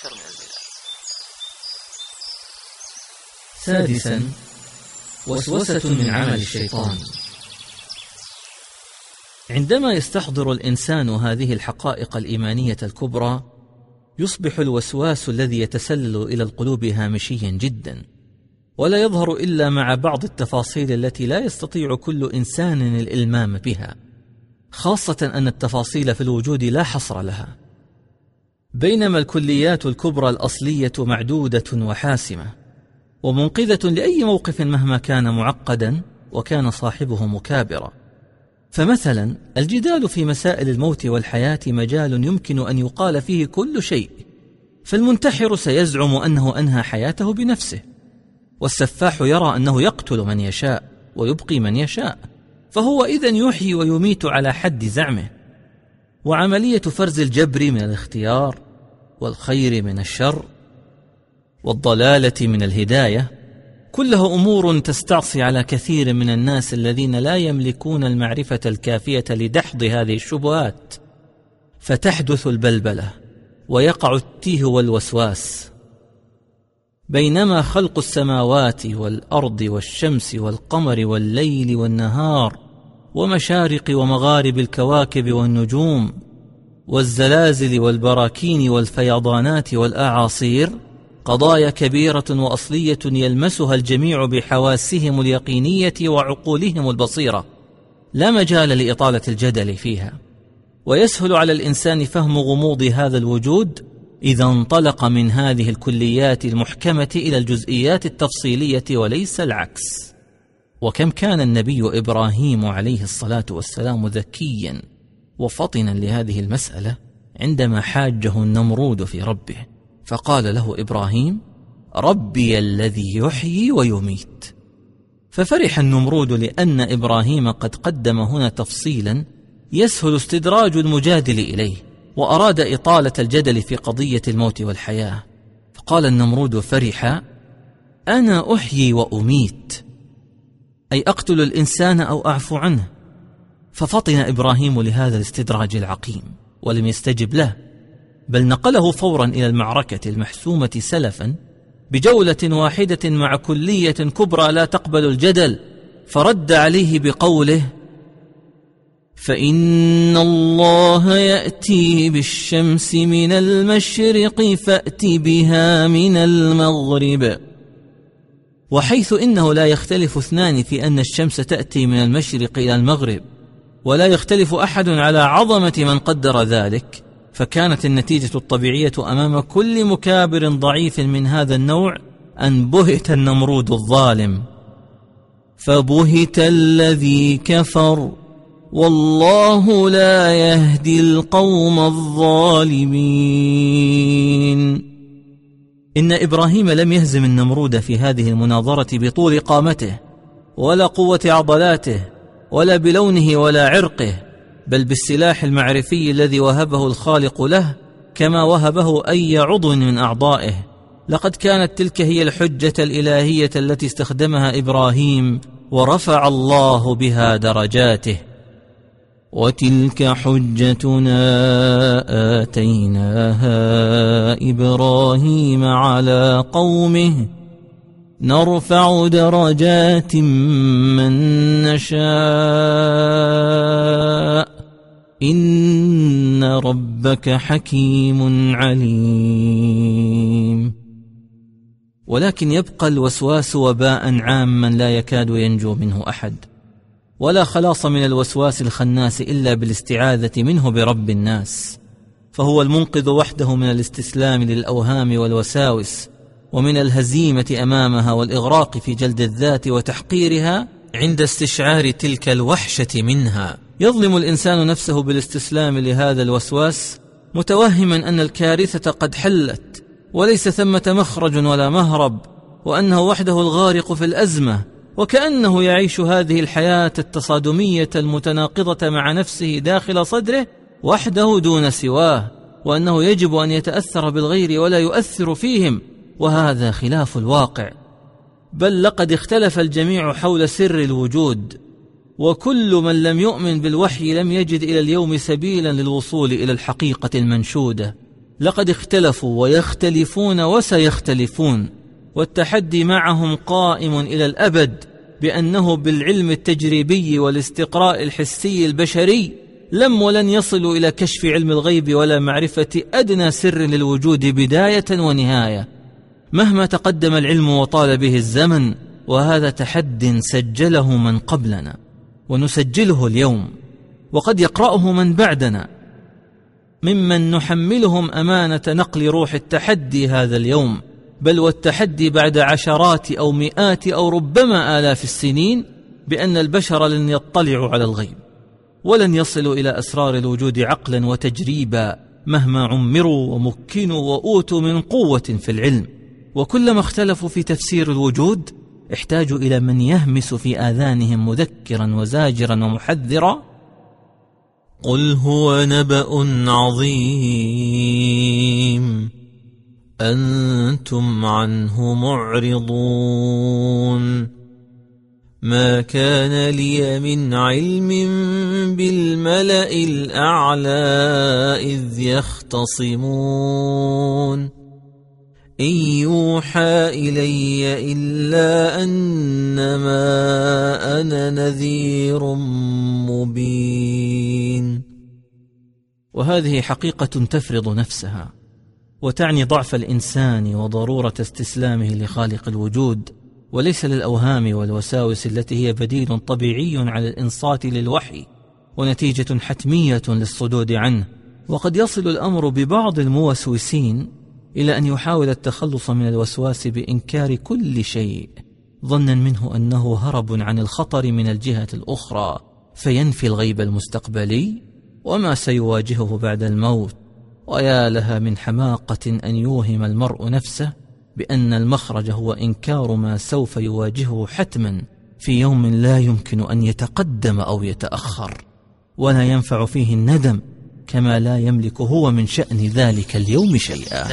S1: سادسا، وسوسة من عمل الشيطان. عندما يستحضر الإنسان هذه الحقائق الإيمانية الكبرى، يصبح الوسواس الذي يتسلل إلى القلوب هامشيا جدا، ولا يظهر إلا مع بعض التفاصيل التي لا يستطيع كل إنسان الإلمام بها، خاصة أن التفاصيل في الوجود لا حصر لها، بينما الكليات الكبرى الأصلية معدودة وحاسمة ومنقذة لأي موقف مهما كان معقدا وكان صاحبه مكابرا. فمثلا الجدال في مسائل الموت والحياة مجال يمكن أن يقال فيه كل شيء، فالمنتحر سيزعم أنه أنهى حياته بنفسه، والسفاح يرى أنه يقتل من يشاء ويبقي من يشاء، فهو إذن يحيي ويميت على حد زعمه. وعملية فرز الجبر من الاختيار، والخير من الشر، والضلالة من الهداية، كلها أمور تستعصي على كثير من الناس الذين لا يملكون المعرفة الكافية لدحض هذه الشبهات، فتحدث البلبلة ويقع التيه والوسواس. بينما خلق السماوات والأرض والشمس والقمر والليل والنهار ومشارق ومغارب الكواكب والنجوم والزلازل والبراكين والفيضانات والأعاصير قضايا كبيرة وأصلية يلمسها الجميع بحواسهم اليقينية وعقولهم البصيرة، لا مجال لإطالة الجدل فيها، ويسهل على الإنسان فهم غموض هذا الوجود إذا انطلق من هذه الكليات المحكمة إلى الجزئيات التفصيلية وليس العكس. وكم كان النبي إبراهيم عليه الصلاة والسلام ذكيا وفطنا لهذه المسألة عندما حاجه النمرود في ربه، فقال له إبراهيم: ربي الذي يحيي ويميت. ففرح النمرود لأن إبراهيم قد قدم هنا تفصيلا يسهل استدراج المجادل إليه، وأراد إطالة الجدل في قضية الموت والحياة، فقال النمرود فرحا: أنا أحيي وأميت، أي أقتل الإنسان أو أعفو عنه. ففطن إبراهيم لهذا الاستدراج العقيم ولم يستجب له، بل نقله فورا إلى المعركة المحسومة سلفا بجولة واحدة مع كلية كبرى لا تقبل الجدل، فرد عليه بقوله: فإن الله يأتي بالشمس من المشرق فأت بها من المغرب. وحيث إنه لا يختلف اثنان في أن الشمس تأتي من المشرق إلى المغرب، ولا يختلف أحد على عظمة من قدر ذلك، فكانت النتيجة الطبيعية أمام كل مكابر ضعيف من هذا النوع أن بهت النمرود الظالم. فبهت الذي كفر والله لا يهدي القوم الظالمين. إن إبراهيم لم يهزم النمرود في هذه المناظرة بطول قامته ولا قوة عضلاته ولا بلونه ولا عرقه، بل بالسلاح المعرفي الذي وهبه الخالق له كما وهبه أي عضو من أعضائه. لقد كانت تلك هي الحجة الإلهية التي استخدمها إبراهيم ورفع الله بها درجاته. وتلك حجتنا آتيناها إبراهيم على قومه نرفع درجات من نشاء إن ربك حكيم عليم. ولكن يبقى الوسواس وباء عاما لا يكاد ينجو منه أحد، ولا خلاص من الوسواس الخناس إلا بالاستعاذة منه برب الناس، فهو المنقذ وحده من الاستسلام للأوهام والوساوس ومن الهزيمة أمامها والإغراق في جلد الذات وتحقيرها عند استشعار تلك الوحشة منها. يظلم الإنسان نفسه بالاستسلام لهذا الوسواس متوهما أن الكارثة قد حلت وليس ثمة مخرج ولا مهرب، وأنه وحده الغارق في الأزمة، وكأنه يعيش هذه الحياة التصادمية المتناقضة مع نفسه داخل صدره وحده دون سواه، وأنه يجب أن يتأثر بالغير ولا يؤثر فيهم، وهذا خلاف الواقع. بل لقد اختلف الجميع حول سر الوجود، وكل من لم يؤمن بالوحي لم يجد إلى اليوم سبيلا للوصول إلى الحقيقة المنشودة. لقد اختلفوا ويختلفون وسيختلفون، والتحدي معهم قائم إلى الأبد بأنه بالعلم التجريبي والاستقراء الحسي البشري لم ولن يصلوا إلى كشف علم الغيب ولا معرفة أدنى سر للوجود بداية ونهاية مهما تقدم العلم وطال به الزمن. وهذا تحد سجله من قبلنا ونسجله اليوم، وقد يقرأه من بعدنا ممن نحملهم أمانة نقل روح التحدي هذا اليوم، بل والتحدي بعد عشرات أو مئات أو ربما آلاف السنين بأن البشر لن يطلعوا على الغيب ولن يصلوا إلى أسرار الوجود عقلا وتجريبا مهما عمروا ومكنوا وأوتوا من قوة في العلم. وكلما اختلفوا في تفسير الوجود احتاجوا إلى من يهمس في آذانهم مذكرا وزاجرا ومحذرا: قل هو نبأ عظيم أنتم عنه معرضون ما كان لي من علم بالملأ الأعلى إذ يختصمون إن يوحى إلي إلا أنما أنا نذير مبين. وهذه حقيقة تفرض نفسها وتعني ضعف الإنسان وضرورة استسلامه لخالق الوجود، وليس للأوهام والوساوس التي هي بديل طبيعي على الإنصات للوحي ونتيجة حتمية للصدود عنه. وقد يصل الأمر ببعض الموسوسين إلى أن يحاول التخلص من الوسواس بإنكار كل شيء ظنا منه أنه هرب عن الخطر من الجهة الأخرى، فينفي الغيب المستقبلي وما سيواجهه بعد الموت. ويا لها من حماقة أن يوهم المرء نفسه بأن المخرج هو إنكار ما سوف يواجهه حتما في يوم لا يمكن أن يتقدم أو يتأخر، ولا ينفع فيه الندم، كما لا يملك هو من شأن ذلك اليوم شيئا.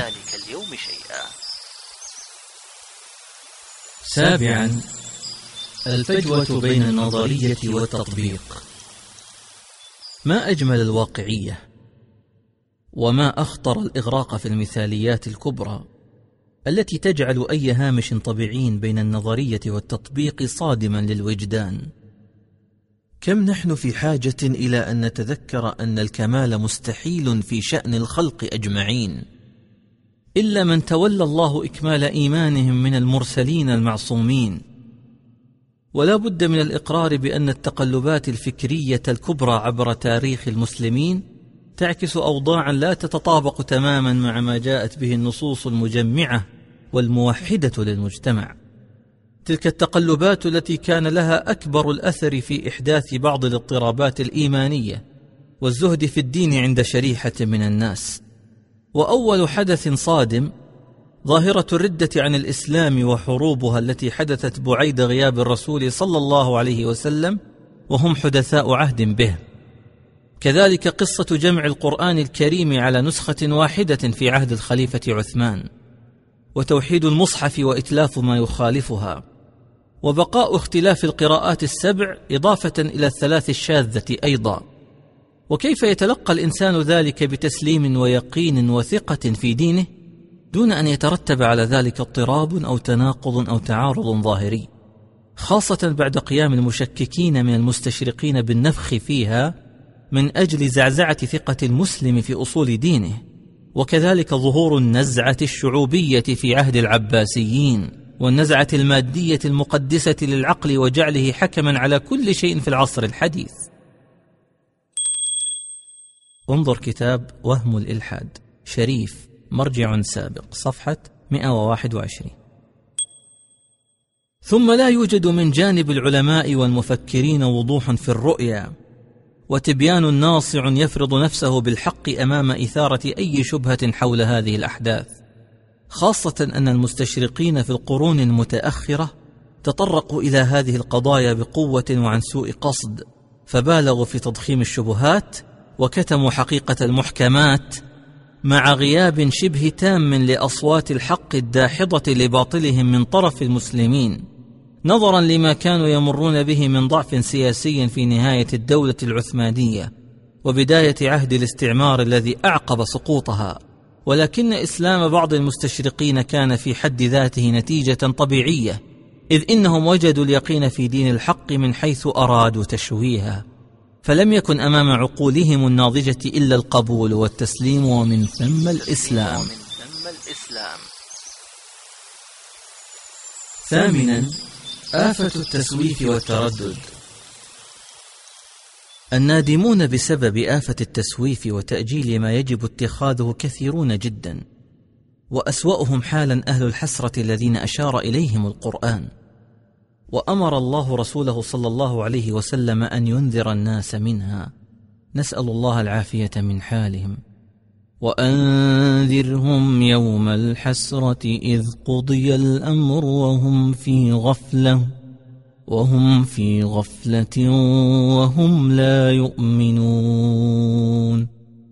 S2: سابعا، الفجوة بين النظرية والتطبيق.
S1: ما أجمل الواقعية، وما أخطر الإغراق في المثاليات الكبرى التي تجعل أي هامش طبيعي بين النظرية والتطبيق صادما للوجدان. كم نحن في حاجة إلى أن نتذكر أن الكمال مستحيل في شأن الخلق أجمعين، إلا من تولى الله إكمال إيمانهم من المرسلين المعصومين. ولا بد من الإقرار بأن التقلبات الفكرية الكبرى عبر تاريخ المسلمين تعكس أوضاعا لا تتطابق تماما مع ما جاءت به النصوص المجمعة والموحدة للمجتمع. تلك التقلبات التي كان لها أكبر الأثر في إحداث بعض الاضطرابات الإيمانية والزهد في الدين عند شريحة من الناس. وأول حدث صادم ظاهرة الردة عن الإسلام وحروبها التي حدثت بعيد غياب الرسول صلى الله عليه وسلم وهم حدثاء عهد به. كذلك قصة جمع القرآن الكريم على نسخة واحدة في عهد الخليفة عثمان، وتوحيد المصحف وإتلاف ما يخالفها، وبقاء اختلاف القراءات السبع إضافة إلى الثلاث الشاذة أيضا. وكيف يتلقى الإنسان ذلك بتسليم ويقين وثقة في دينه دون أن يترتب على ذلك اضطراب أو تناقض أو تعارض ظاهري، خاصة بعد قيام المشككين من المستشرقين بالنفخ فيها من أجل زعزعة ثقة المسلم في أصول دينه. وكذلك ظهور النزعة الشعوبية في عهد العباسيين والنزعة المادية المقدسة للعقل وجعله حكما على كل شيء في العصر الحديث. انظر كتاب وهم الإلحاد شريف مرجع سابق صفحة مئة وواحد وعشرين. ثم لا يوجد من جانب العلماء والمفكرين وضوح في الرؤيا وتبيان ناصع يفرض نفسه بالحق أمام إثارة أي شبهة حول هذه الأحداث، خاصة أن المستشرقين في القرون المتأخرة تطرقوا إلى هذه القضايا بقوة وعن سوء قصد، فبالغوا في تضخيم الشبهات وكتموا حقيقة المحكمات مع غياب شبه تام لأصوات الحق الداحضة لباطلهم من طرف المسلمين، نظرا لما كانوا يمرون به من ضعف سياسي في نهاية الدولة العثمانية وبداية عهد الاستعمار الذي أعقب سقوطها. ولكن إسلام بعض المستشرقين كان في حد ذاته نتيجة طبيعية، إذ إنهم وجدوا اليقين في دين الحق من حيث أرادوا تشويها، فلم يكن أمام عقولهم الناضجة إلا القبول والتسليم ومن ثم الإسلام.
S2: ثامنا، آفة التسويف والتردد.
S1: النادمون بسبب آفة التسويف وتأجيل ما يجب اتخاذه كثيرون جدا، وأسوأهم حالا أهل الحسرة الذين أشار إليهم القرآن، وأمر الله رسوله صلى الله عليه وسلم أن ينذر الناس منها، نسأل الله العافية من حالهم. وأنذرهم يوم الحسرة إذ قضي الأمر وهم في غفلة وهم في غفلة وهم لا يؤمنون.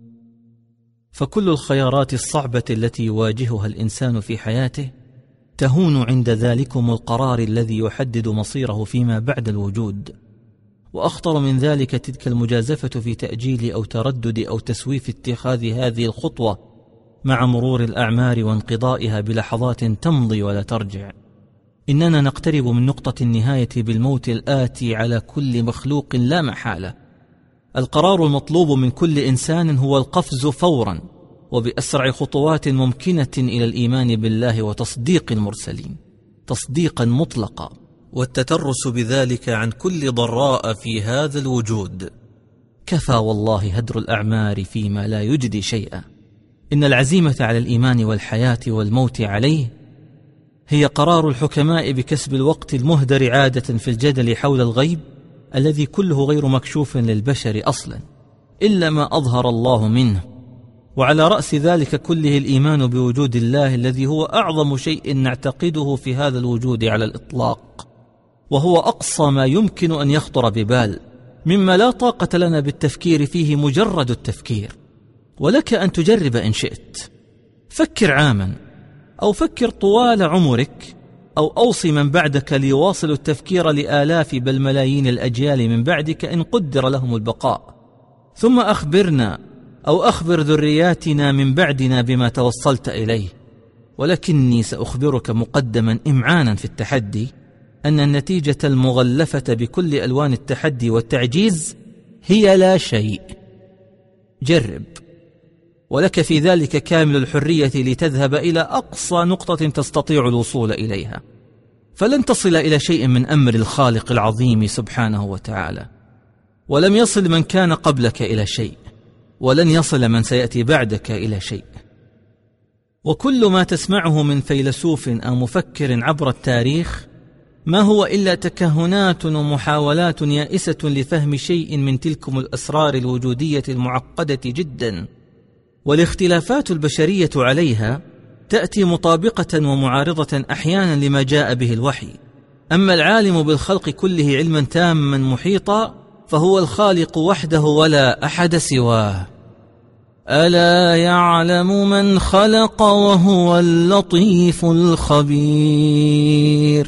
S1: فكل الخيارات الصعبة التي يواجهها الإنسان في حياته تهون عند ذلكم القرار الذي يحدد مصيره فيما بعد الوجود. وأخطر من ذلك تلك المجازفة في تأجيل أو تردد أو تسويف اتخاذ هذه الخطوة مع مرور الأعمار وانقضائها بلحظات تمضي ولا ترجع. إننا نقترب من نقطة النهاية بالموت الآتي على كل مخلوق لا محالة. القرار المطلوب من كل إنسان هو القفز فورا وبأسرع خطوات ممكنة إلى الإيمان بالله وتصديق المرسلين تصديقا مطلقا، والتترس بذلك عن كل ضراء في هذا الوجود. كفى والله هدر الأعمار فيما لا يجدي شيئا. إن العزيمة على الإيمان والحياة والموت عليه هي قرار الحكماء بكسب الوقت المهدر عادة في الجدل حول الغيب الذي كله غير مكشوف للبشر أصلا إلا ما أظهر الله منه، وعلى رأس ذلك كله الإيمان بوجود الله الذي هو أعظم شيء نعتقده في هذا الوجود على الإطلاق، وهو أقصى ما يمكن أن يخطر ببال، مما لا طاقة لنا بالتفكير فيه مجرد التفكير. ولك أن تجرب إن شئت، فكر عاما أو فكر طوال عمرك، أو أوصي من بعدك ليواصلوا التفكير لآلاف بل ملايين الأجيال من بعدك إن قدر لهم البقاء، ثم أخبرنا أو أخبر ذرياتنا من بعدنا بما توصلت إليه. ولكني سأخبرك مقدما إمعانا في التحدي أن النتيجة المغلفة بكل ألوان التحدي والتعجيز هي لا شيء. جرب، ولك في ذلك كامل الحرية لتذهب إلى أقصى نقطة تستطيع الوصول إليها. فلن تصل إلى شيء من أمر الخالق العظيم سبحانه وتعالى، ولم يصل من كان قبلك إلى شيء، ولن يصل من سيأتي بعدك إلى شيء. وكل ما تسمعه من فيلسوف أو مفكر عبر التاريخ ما هو إلا تكهنات ومحاولات يائسة لفهم شيء من تلكم الأسرار الوجودية المعقدة جدا، والاختلافات البشرية عليها تأتي مطابقة ومعارضة أحيانا لما جاء به الوحي. أما العالم بالخلق كله علما تاما محيطا فهو الخالق وحده ولا أحد سواه. ألا يعلم من خلق وهو اللطيف الخبير.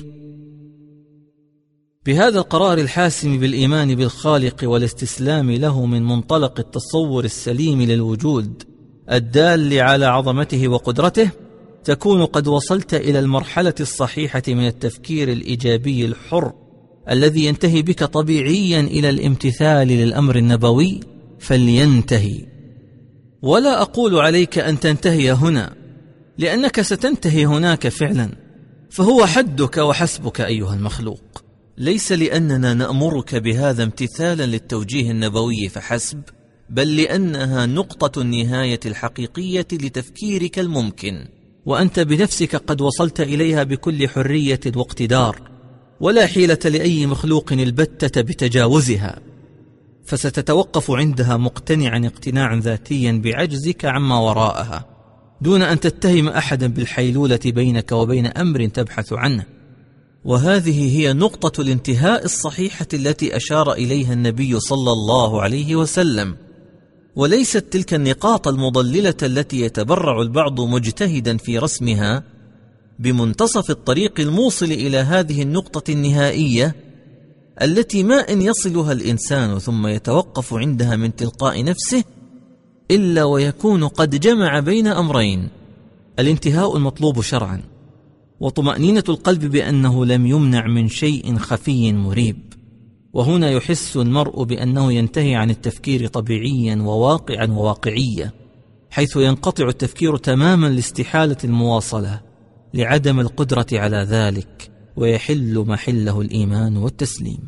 S1: بهذا القرار الحاسم بالإيمان بالخالق والاستسلام له من منطلق التصور السليم للوجود الدال على عظمته وقدرته، تكون قد وصلت إلى المرحلة الصحيحة من التفكير الإيجابي الحر الذي ينتهي بك طبيعيا إلى الامتثال للأمر النبوي، فلينتهي. ولا أقول عليك أن تنتهي هنا، لأنك ستنتهي هناك فعلا، فهو حدك وحسبك أيها المخلوق. ليس لأننا نأمرك بهذا امتثالا للتوجيه النبوي فحسب، بل لأنها نقطة النهاية الحقيقية لتفكيرك الممكن، وأنت بنفسك قد وصلت إليها بكل حرية واقتدار، ولا حيلة لأي مخلوق البتة بتجاوزها، فستتوقف عندها مقتنعا اقتناعا ذاتيا بعجزك عما وراءها، دون أن تتهم أحدا بالحيلولة بينك وبين أمر تبحث عنه. وهذه هي نقطة الانتهاء الصحيحة التي أشار إليها النبي صلى الله عليه وسلم، وليست تلك النقاط المضللة التي يتبرع البعض مجتهدا في رسمها بمنتصف الطريق الموصل إلى هذه النقطة النهائية التي ما إن يصلها الإنسان ثم يتوقف عندها من تلقاء نفسه إلا ويكون قد جمع بين أمرين: الانتهاء المطلوب شرعا، وطمأنينة القلب بأنه لم يمنع من شيء خفي مريب. وهنا يحس المرء بأنه ينتهي عن التفكير طبيعيا وواقعا وواقعية، حيث ينقطع التفكير تماما لاستحالة المواصلة لعدم القدرة على ذلك، ويحل محله الإيمان والتسليم.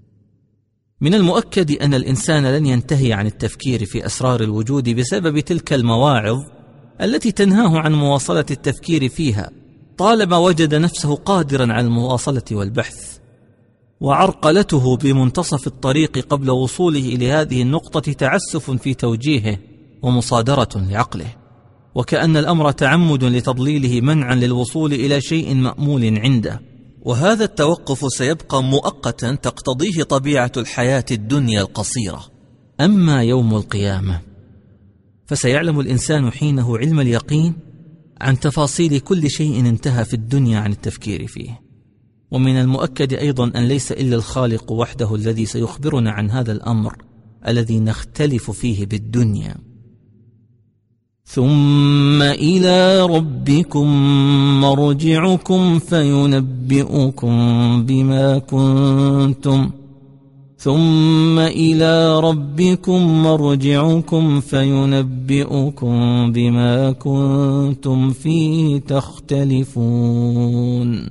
S1: من المؤكد أن الإنسان لن ينتهي عن التفكير في أسرار الوجود بسبب تلك المواعظ التي تنهاه عن مواصلة التفكير فيها، طالما وجد نفسه قادرا على المواصلة والبحث. وعرقلته بمنتصف الطريق قبل وصوله إلى هذه النقطة تعسف في توجيهه ومصادرة لعقله، وكأن الأمر تعمد لتضليله منعا للوصول إلى شيء مأمول عنده. وهذا التوقف سيبقى مؤقتا تقتضيه طبيعة الحياة الدنيا القصيرة. أما يوم القيامة فسيعلم الإنسان حينه علم اليقين عن تفاصيل كل شيء انتهى في الدنيا عن التفكير فيه. ومن المؤكد أيضا أن ليس إلا الخالق وحده الذي سيخبرنا عن هذا الأمر الذي نختلف فيه بالدنيا. ثم إلى ربكم مرجعكم فينبئكم بما كنتم ثم إلى ربكم مرجعكم فينبئكم بما كنتم فيه تختلفون.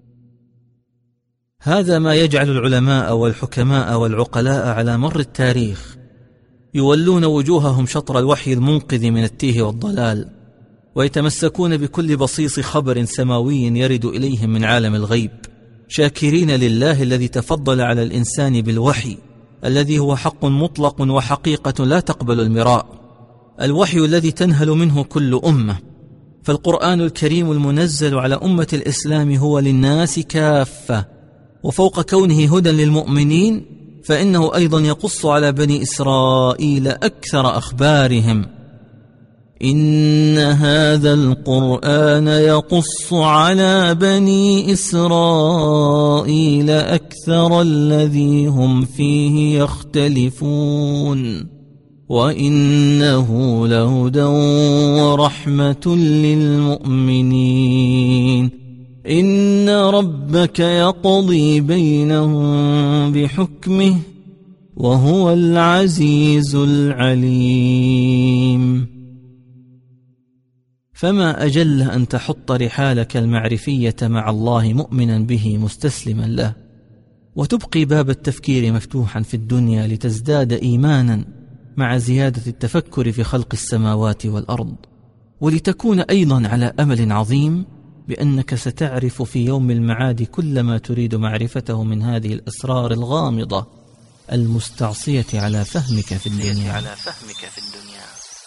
S1: هذا ما يجعل العلماء والحكماء والعقلاء على مر التاريخ يولون وجوههم شطر الوحي المنقذ من التيه والضلال، ويتمسكون بكل بصيص خبر سماوي يرد إليهم من عالم الغيب، شاكرين لله الذي تفضل على الإنسان بالوحي الذي هو حق مطلق وحقيقة لا تقبل المراء، الوحي الذي تنهل منه كل أمة. فالقرآن الكريم المنزل على أمة الإسلام هو للناس كافة، وفوق كونه هدى للمؤمنين فإنه أيضا يقص على بني إسرائيل أكثر أخبارهم. إن هذا القرآن يقص على بني إسرائيل أكثر الذي هم فيه يختلفون وإنه لهدى ورحمة للمؤمنين. إن ربك يقضي بينهم بحكمه وهو العزيز العليم. فما أجل أن تحط رحالك المعرفية مع الله مؤمنا به مستسلما له، وتبقي باب التفكير مفتوحا في الدنيا لتزداد إيمانا مع زيادة التفكر في خلق السماوات والأرض، ولتكون أيضا على أمل عظيم بأنك ستعرف في يوم المعاد كل ما تريد معرفته من هذه الأسرار الغامضة المستعصية على فهمك في الدنيا.
S2: على فهمك في الدنيا.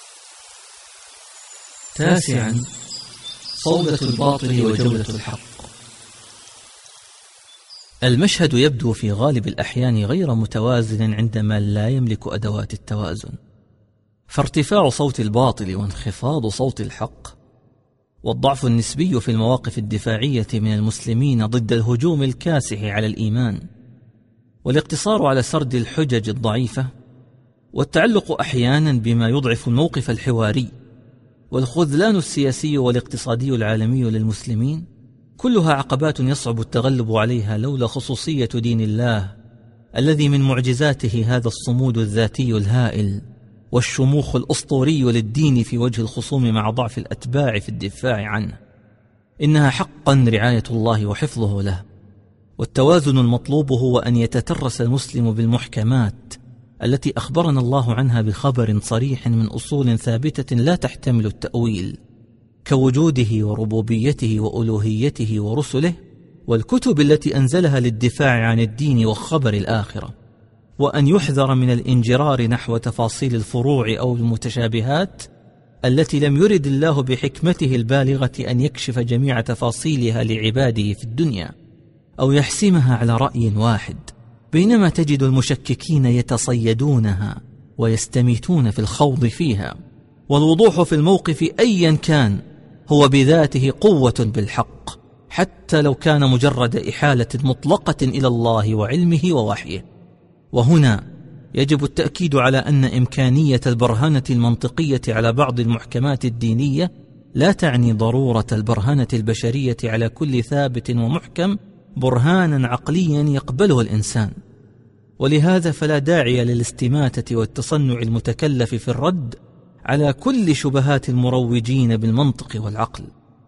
S1: تاسعا، صولة الباطل وجولة الحق. المشهد يبدو في غالب الأحيان غير متوازن عندما لا يملك أدوات التوازن، فارتفاع صوت الباطل وانخفاض صوت الحق، والضعف النسبي في المواقف الدفاعية من المسلمين ضد الهجوم الكاسح على الإيمان، والاقتصار على سرد الحجج الضعيفة، والتعلق أحيانا بما يضعف الموقف الحواري، والخذلان السياسي والاقتصادي العالمي للمسلمين، كلها عقبات يصعب التغلب عليها لولا خصوصية دين الله الذي من معجزاته هذا الصمود الذاتي الهائل والشموخ الأسطوري للدين في وجه الخصوم مع ضعف الأتباع في الدفاع عنه. إنها حقا رعاية الله وحفظه له، والتوازن المطلوب هو أن يتترس المسلم بالمحكمات التي أخبرنا الله عنها بخبر صريح من أصول ثابتة لا تحتمل التأويل، كوجوده وربوبيته وألوهيته ورسله، والكتب التي أنزلها للدفاع عن الدين وخبر الآخرة، وأن يحذر من الانجرار نحو تفاصيل الفروع أو المتشابهات التي لم يرد الله بحكمته البالغة أن يكشف جميع تفاصيلها لعباده في الدنيا أو يحسمها على رأي واحد، بينما تجد المشككين يتصيدونها ويستميتون في الخوض فيها. والوضوح في الموقف أيا كان هو بذاته قوة بالحق، حتى لو كان مجرد إحالة مطلقة إلى الله وعلمه ووحيه. وهنا يجب التأكيد على أن إمكانية البرهنة المنطقية على بعض المحكمات الدينية لا تعني ضرورة البرهنة البشرية على كل ثابت ومحكم برهانا عقليا يقبله الإنسان. ولهذا فلا داعي للاستماتة والتصنع المتكلف في الرد على كل شبهات المروجين بالمنطق والعقل.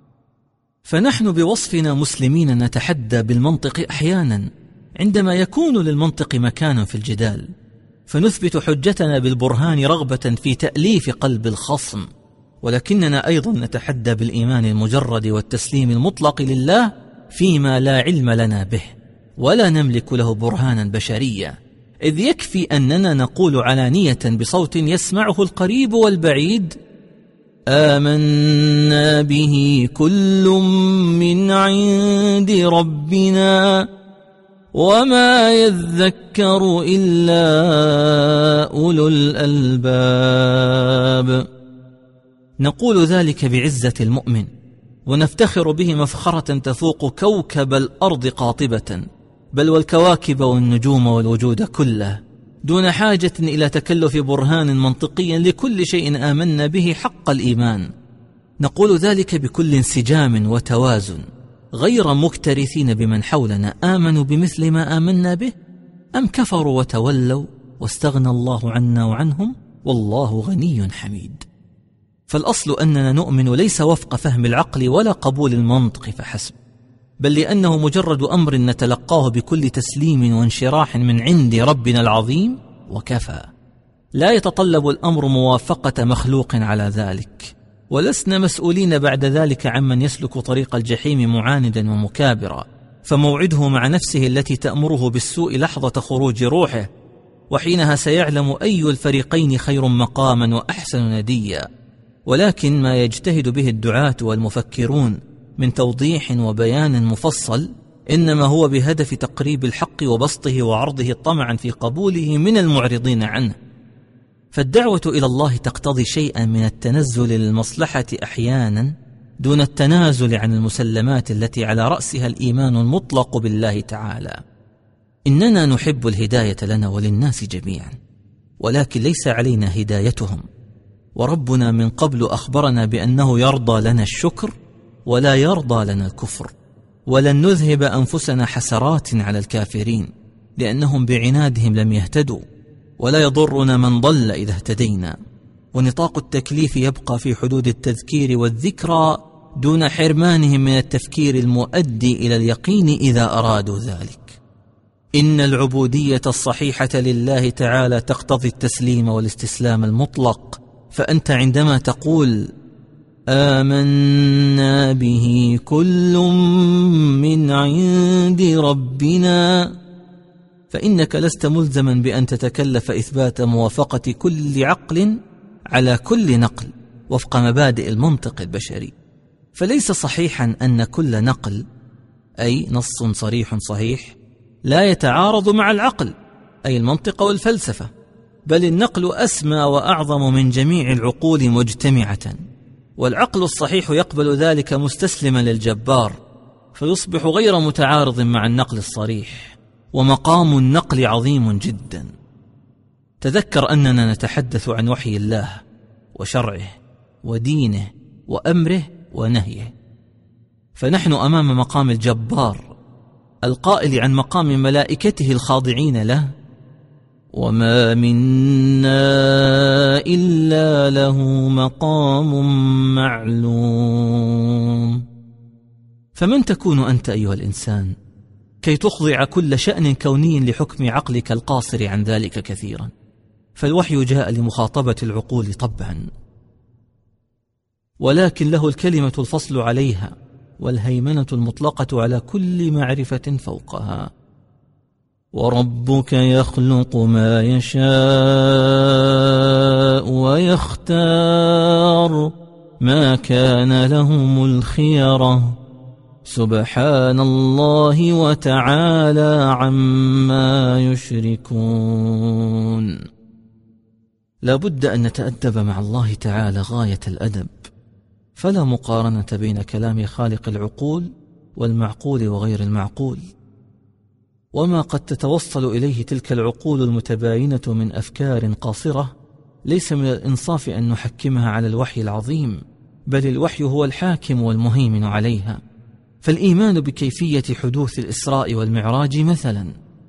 S1: فنحن بوصفنا مسلمين نتحدى بالمنطق أحيانا عندما يكون للمنطق مكان في الجدال، فنثبت حجتنا بالبرهان رغبة في تأليف قلب الخصم، ولكننا أيضا نتحدى بالإيمان المجرد والتسليم المطلق لله فيما لا علم لنا به، ولا نملك له برهانا بشريا، إذ يكفي أننا نقول علانية بصوت يسمعه القريب والبعيد: آمنا به كل من عند ربنا وما يذكر إلا أولو الألباب. نقول ذلك بعزة المؤمن، ونفتخر به مفخرة تفوق كوكب الأرض قاطبة، بل والكواكب والنجوم والوجود كله، دون حاجة إلى تكلف برهان منطقي لكل شيء آمنا به حق الإيمان. نقول ذلك بكل انسجام وتوازن، غير مكترثين بمن حولنا آمنوا بمثل ما آمنا به أم كفروا وتولوا واستغنى الله عنا وعنهم والله غني حميد. فالأصل أننا نؤمن ليس وفق فهم العقل ولا قبول المنطق فحسب، بل لأنه مجرد أمر نتلقاه بكل تسليم وانشراح من عند ربنا العظيم وكفى. لا يتطلب الأمر موافقة مخلوق على ذلك، ولسنا مسؤولين بعد ذلك عمن يسلك طريق الجحيم معاندا ومكابرا، فموعده مع نفسه التي تأمره بالسوء لحظة خروج روحه، وحينها سيعلم أي الفريقين خير مقاما وأحسن نديا. ولكن ما يجتهد به الدعاة والمفكرون من توضيح وبيان مفصل إنما هو بهدف تقريب الحق وبسطه وعرضه طمعا في قبوله من المعرضين عنه. فالدعوة إلى الله تقتضي شيئا من التنزل للمصلحة أحيانا دون التنازل عن المسلمات التي على رأسها الإيمان المطلق بالله تعالى. إننا نحب الهداية لنا وللناس جميعا، ولكن ليس علينا هدايتهم، وربنا من قبل أخبرنا بأنه يرضى لنا الشكر ولا يرضى لنا الكفر، ولن نذهب أنفسنا حسرات على الكافرين لأنهم بعنادهم لم يهتدوا، ولا يضرنا من ضل إذا اهتدينا. ونطاق التكليف يبقى في حدود التذكير والذكرى دون حرمانهم من التفكير المؤدي إلى اليقين إذا أرادوا ذلك. إن العبودية الصحيحة لله تعالى تقتضي التسليم والاستسلام المطلق، فأنت عندما تقول آمنا به كل من عند ربنا فإنك لست ملزما بأن تتكلف إثبات موافقة كل عقل على كل نقل وفق مبادئ المنطق البشري، فليس صحيحا أن كل نقل أي نص صريح صحيح لا يتعارض مع العقل أي المنطق والفلسفة، بل النقل أسمى وأعظم من جميع العقول مجتمعة، والعقل الصحيح يقبل ذلك مستسلما للجبار، فيصبح غير متعارض مع النقل الصريح، ومقام النقل عظيم جدا. تذكر أننا نتحدث عن وحي الله وشرعه ودينه وأمره ونهيه، فنحن أمام مقام الجبار القائل عن مقام ملائكته الخاضعين له وما منا إلا له مقام معلوم. فمن تكون أنت أيها الإنسان كي تخضع كل شأن كوني لحكم عقلك القاصر عن ذلك كثيرا؟ فالوحي جاء لمخاطبة العقول طبعا، ولكن له الكلمة الفصل عليها والهيمنة المطلقة على كل معرفة فوقها. وربك يخلق ما يشاء ويختار ما كان لهم الخيرة سبحان الله وتعالى عما يشركون. لا بد أن نتأدب مع الله تعالى غاية الأدب، فلا مقارنة بين كلام خالق العقول والمعقول وغير المعقول، وما قد تتوصل إليه تلك العقول المتباينة من أفكار قاصرة ليس من الإنصاف أن نحكمها على الوحي العظيم، بل الوحي هو الحاكم والمهيمن عليها. فالإيمان بكيفية حدوث الإسراء والمعراج مثلا،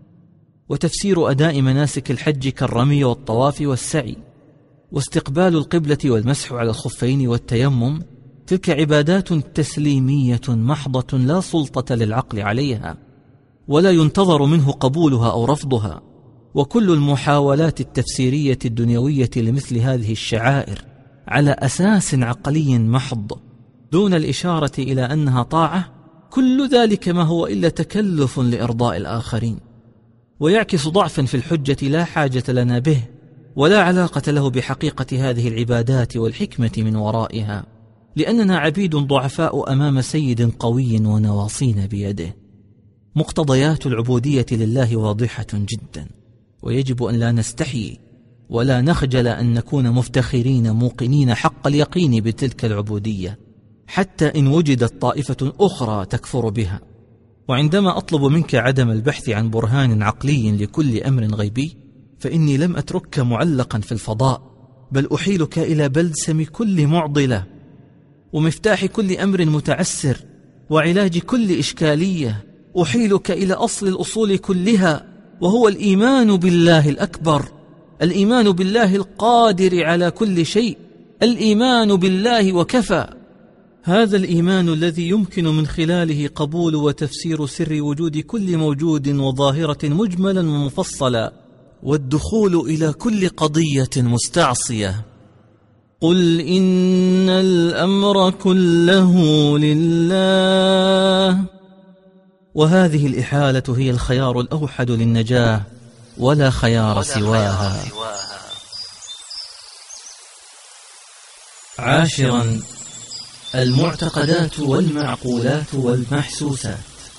S1: وتفسير أداء مناسك الحج كالرمي والطواف والسعي، واستقبال القبلة والمسح على الخفين والتيمم، تلك عبادات تسليمية محضة لا سلطة للعقل عليها، ولا ينتظر منه قبولها أو رفضها. وكل المحاولات التفسيرية الدنيوية لمثل هذه الشعائر على أساس عقلي محض دون الإشارة إلى أنها طاعة، كل ذلك ما هو إلا تكلف لإرضاء الآخرين، ويعكس ضعفا في الحجة لا حاجة لنا به، ولا علاقة له بحقيقة هذه العبادات والحكمة من ورائها، لأننا عبيد ضعفاء أمام سيد قوي ونواصين بيده. مقتضيات العبودية لله واضحة جدا، ويجب أن لا نستحي ولا نخجل أن نكون مفتخرين موقنين حق اليقين بتلك العبودية، حتى إن وجدت طائفة أخرى تكفر بها. وعندما أطلب منك عدم البحث عن برهان عقلي لكل أمر غيبي، فإني لم أتركك معلقا في الفضاء، بل أحيلك إلى بلسم كل معضلة، ومفتاح كل أمر متعسر، وعلاج كل إشكالية. أحيلك إلى أصل الأصول كلها، وهو الإيمان بالله الأكبر، الإيمان بالله القادر على كل شيء، الإيمان بالله وكفى. هذا الإيمان الذي يمكن من خلاله قبول وتفسير سر وجود كل موجود وظاهرة مجملا ومفصلا، والدخول إلى كل قضية مستعصية. قل إن الأمر كله لله، وهذه الإحالة هي الخيار الأوحد للنجاة، ولا خيار سواها. عاشرا، المعتقدات والمعقولات والمحسوسات.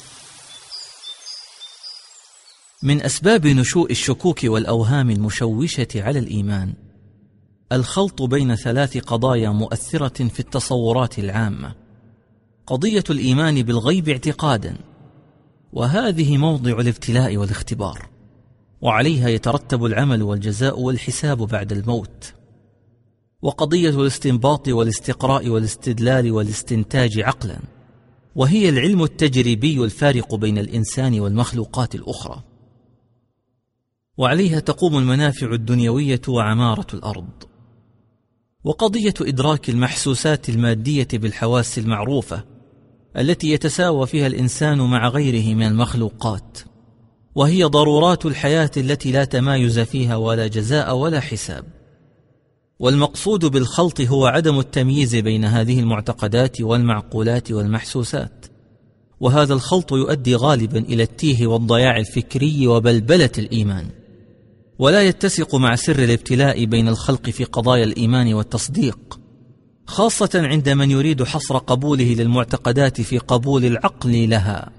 S1: من أسباب نشوء الشكوك والأوهام المشوشة على الإيمان الخلط بين ثلاث قضايا مؤثرة في التصورات العامة: قضية الإيمان بالغيب اعتقادا، وهذه موضع الابتلاء والاختبار، وعليها يترتب العمل والجزاء والحساب بعد الموت. وقضية الاستنباط والاستقراء والاستدلال والاستنتاج عقلا، وهي العلم التجريبي الفارق بين الإنسان والمخلوقات الأخرى، وعليها تقوم المنافع الدنيوية وعمارة الأرض. وقضية إدراك المحسوسات المادية بالحواس المعروفة التي يتساوى فيها الإنسان مع غيره من المخلوقات، وهي ضرورات الحياة التي لا تمايز فيها ولا جزاء ولا حساب. والمقصود بالخلط هو عدم التمييز بين هذه المعتقدات والمعقولات والمحسوسات، وهذا الخلط يؤدي غالبا إلى التيه والضياع الفكري وبلبلة الإيمان، ولا يتسق مع سر الابتلاء بين الخلق في قضايا الإيمان والتصديق، خاصة عند من يريد حصر قبوله للمعتقدات في قبول العقل لها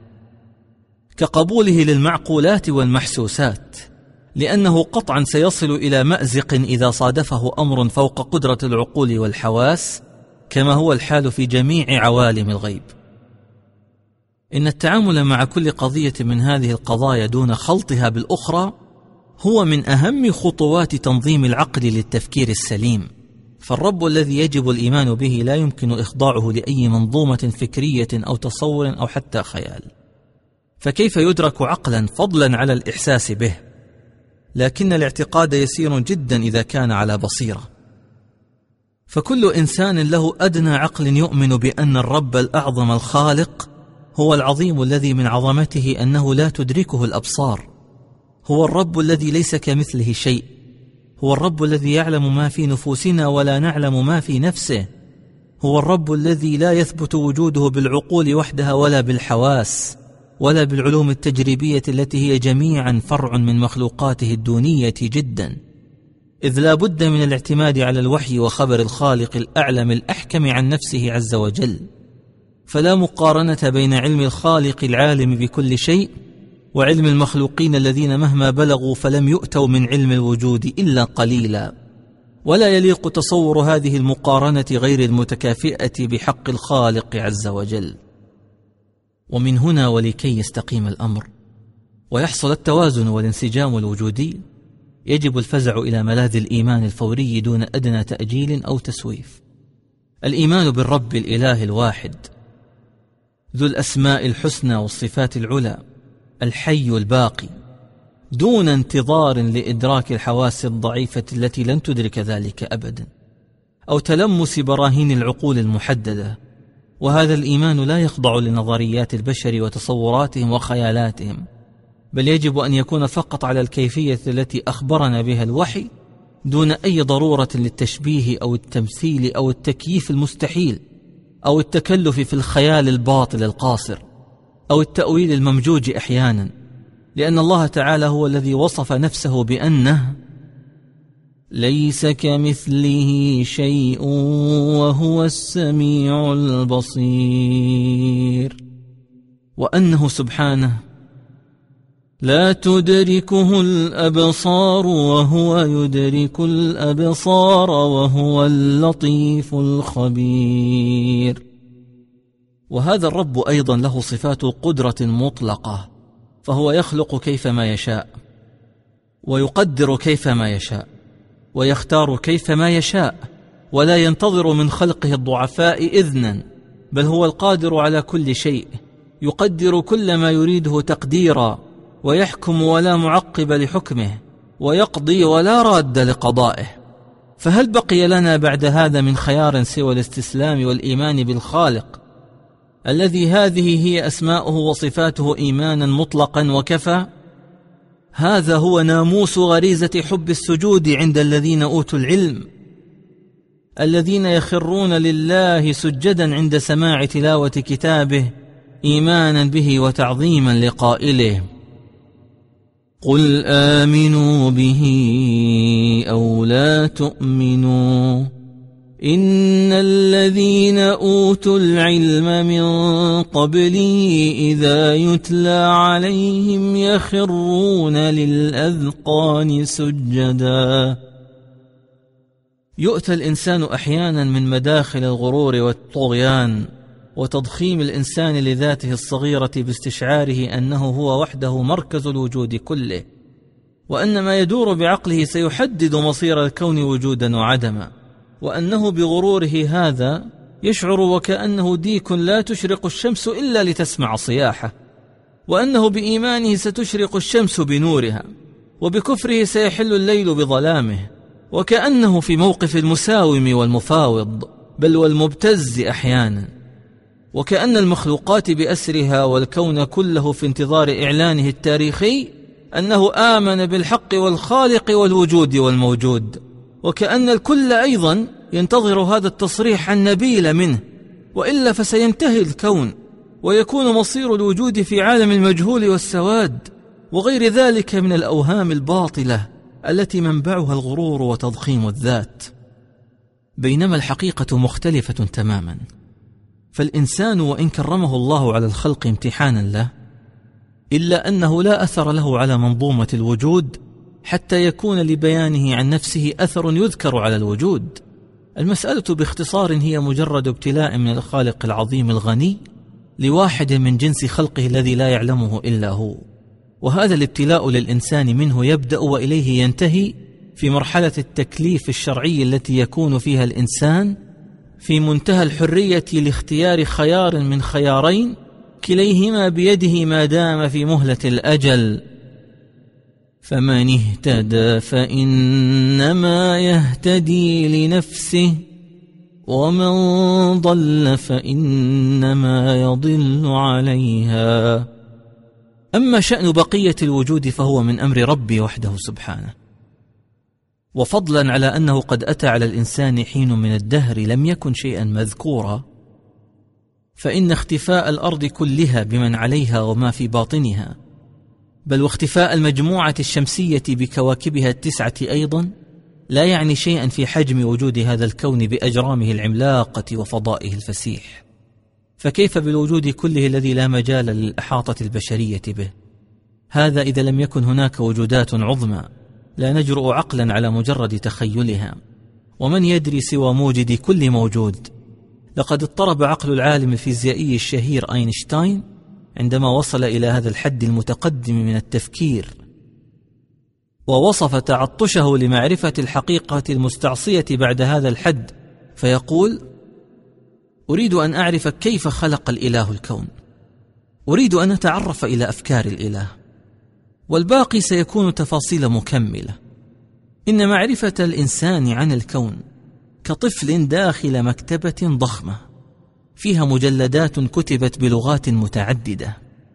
S1: كقبوله للمعقولات والمحسوسات، لأنه قطعا سيصل إلى مأزق إذا صادفه أمر فوق قدرة العقول والحواس، كما هو الحال في جميع عوالم الغيب. إن التعامل مع كل قضية من هذه القضايا دون خلطها بالأخرى هو من أهم خطوات تنظيم العقل للتفكير السليم، فالرب الذي يجب الإيمان به لا يمكن إخضاعه لأي منظومة فكرية أو تصور أو حتى خيال، فكيف يدرك عقلا فضلا على الإحساس به؟ لكن الاعتقاد يسير جدا إذا كان على بصيرة، فكل إنسان له أدنى عقل يؤمن بأن الرب الأعظم الخالق هو العظيم الذي من عظمته أنه لا تدركه الأبصار، هو الرب الذي ليس كمثله شيء، هو الرب الذي يعلم ما في نفوسنا ولا نعلم ما في نفسه، هو الرب الذي لا يثبت وجوده بالعقول وحدها ولا بالحواس ولا بالعلوم التجريبية التي هي جميعا فرع من مخلوقاته الدونية جدا، إذ لا بد من الاعتماد على الوحي وخبر الخالق الأعلم الأحكم عن نفسه عز وجل، فلا مقارنة بين علم الخالق العالم بكل شيء وعلم المخلوقين الذين مهما بلغوا فلم يؤتوا من علم الوجود إلا قليلا، ولا يليق تصور هذه المقارنة غير المتكافئة بحق الخالق عز وجل. ومن هنا ولكي يستقيم الأمر ويحصل التوازن والانسجام الوجودي يجب الفزع إلى ملاذ الإيمان الفوري دون أدنى تأجيل أو تسويف، الإيمان بالرب الإله الواحد ذو الأسماء الحسنى والصفات العلى الحي الباقي، دون انتظار لإدراك الحواس الضعيفة التي لن تدرك ذلك أبدا، أو تلمس براهين العقول المحددة. وهذا الإيمان لا يخضع لنظريات البشر وتصوراتهم وخيالاتهم، بل يجب أن يكون فقط على الكيفية التي أخبرنا بها الوحي، دون أي ضرورة للتشبيه أو التمثيل أو التكييف المستحيل أو التكلف في الخيال الباطل القاصر أو التأويل الممجوج أحيانا، لأن الله تعالى هو الذي وصف نفسه بأنه ليس كمثله شيء وهو السميع البصير، وأنه سبحانه لا تدركه الأبصار وهو يدرك الأبصار وهو اللطيف الخبير. وهذا الرب أيضا له صفات قدرة مطلقة، فهو يخلق كيفما يشاء ويقدر كيفما يشاء ويختار كيفما يشاء، ولا ينتظر من خلقه الضعفاء إذنا، بل هو القادر على كل شيء، يقدر كل ما يريده تقديرا، ويحكم ولا معقب لحكمه، ويقضي ولا راد لقضائه. فهل بقي لنا بعد هذا من خيار سوى الاستسلام والإيمان بالخالق الذي هذه هي أسماؤه وصفاته إيمانا مطلقا وكفى؟ هذا هو ناموس غريزة حب السجود عند الذين أوتوا العلم، الذين يخرون لله سجدا عند سماع تلاوة كتابه إيمانا به وتعظيما لقائله. قل آمنوا به أو لا تؤمنوا إن الذين أوتوا العلم من قبله إذا يتلى عليهم يخرون للأذقان سجدا. يؤتى الإنسان أحيانا من مداخل الغرور والطغيان وتضخيم الإنسان لذاته الصغيرة باستشعاره أنه هو وحده مركز الوجود كله، وأن ما يدور بعقله سيحدد مصير الكون وجودا وعدما، وأنه بغروره هذا يشعر وكأنه ديك لا تشرق الشمس إلا لتسمع صياحه، وأنه بإيمانه ستشرق الشمس بنورها، وبكفره سيحل الليل بظلامه، وكأنه في موقف المساوم والمفاوض بل والمبتز أحيانا، وكأن المخلوقات بأسرها والكون كله في انتظار إعلانه التاريخي أنه آمن بالحق والخالق والوجود والموجود، وكأن الكل أيضا ينتظر هذا التصريح النبيل منه، وإلا فسينتهي الكون ويكون مصير الوجود في عالم المجهول والسواد وغير ذلك من الأوهام الباطلة التي منبعها الغرور وتضخيم الذات. بينما الحقيقة مختلفة تماما، فالإنسان وإن كرمه الله على الخلق امتحانا له، إلا أنه لا أثر له على منظومة الوجود حتى يكون لبيانه عن نفسه أثر يذكر على الوجود. المسألة باختصار هي مجرد ابتلاء من الخالق العظيم الغني لواحد من جنس خلقه الذي لا يعلمه إلا هو، وهذا الابتلاء للإنسان منه يبدأ وإليه ينتهي في مرحلة التكليف الشرعي التي يكون فيها الإنسان في منتهى الحرية لاختيار خيار من خيارين كليهما بيده ما دام في مهلة الأجل. فمن اهتدى فإنما يهتدي لنفسه، ومن ضل فإنما يضل عليها. أما شأن بقية الوجود فهو من أمر ربي وحده سبحانه، وفضلا على أنه قد أتى على الإنسان حين من الدهر لم يكن شيئا مذكورا، فإن اختفاء الأرض كلها بمن عليها وما في باطنها، بل واختفاء المجموعة الشمسية بكواكبها التسعة أيضا، لا يعني شيئا في حجم وجود هذا الكون بأجرامه العملاقة وفضائه الفسيح، فكيف بالوجود كله الذي لا مجال للإحاطة البشرية به؟ هذا إذا لم يكن هناك وجودات عظمى لا نجرؤ عقلا على مجرد تخيلها، ومن يدري سوى موجد كل موجود. لقد اضطرب عقل العالم الفيزيائي الشهير أينشتاين عندما وصل إلى هذا الحد المتقدم من التفكير، ووصف تعطشه لمعرفة الحقيقة المستعصية بعد هذا الحد، فيقول: أريد أن أعرف كيف خلق الإله الكون، أريد أن أتعرف إلى أفكار الإله، والباقي سيكون تفاصيل مكملة. إن معرفة الإنسان عن الكون كطفل داخل مكتبة ضخمة فيها مجلدات كتبت بلغات متعددة،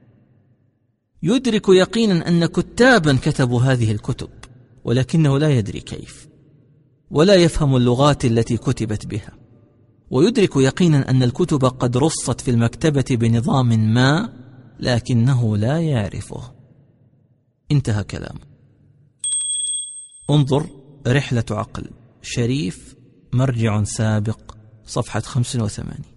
S1: يدرك يقينا أن كتابا كتبوا هذه الكتب، ولكنه لا يدري كيف، ولا يفهم اللغات التي كتبت بها، ويدرك يقينا أن الكتب قد رصت في المكتبة بنظام ما، لكنه لا يعرفه. انتهى كلام. انظر رحلة عقل شريف، مرجع سابق، صفحة خمسة وثمانين.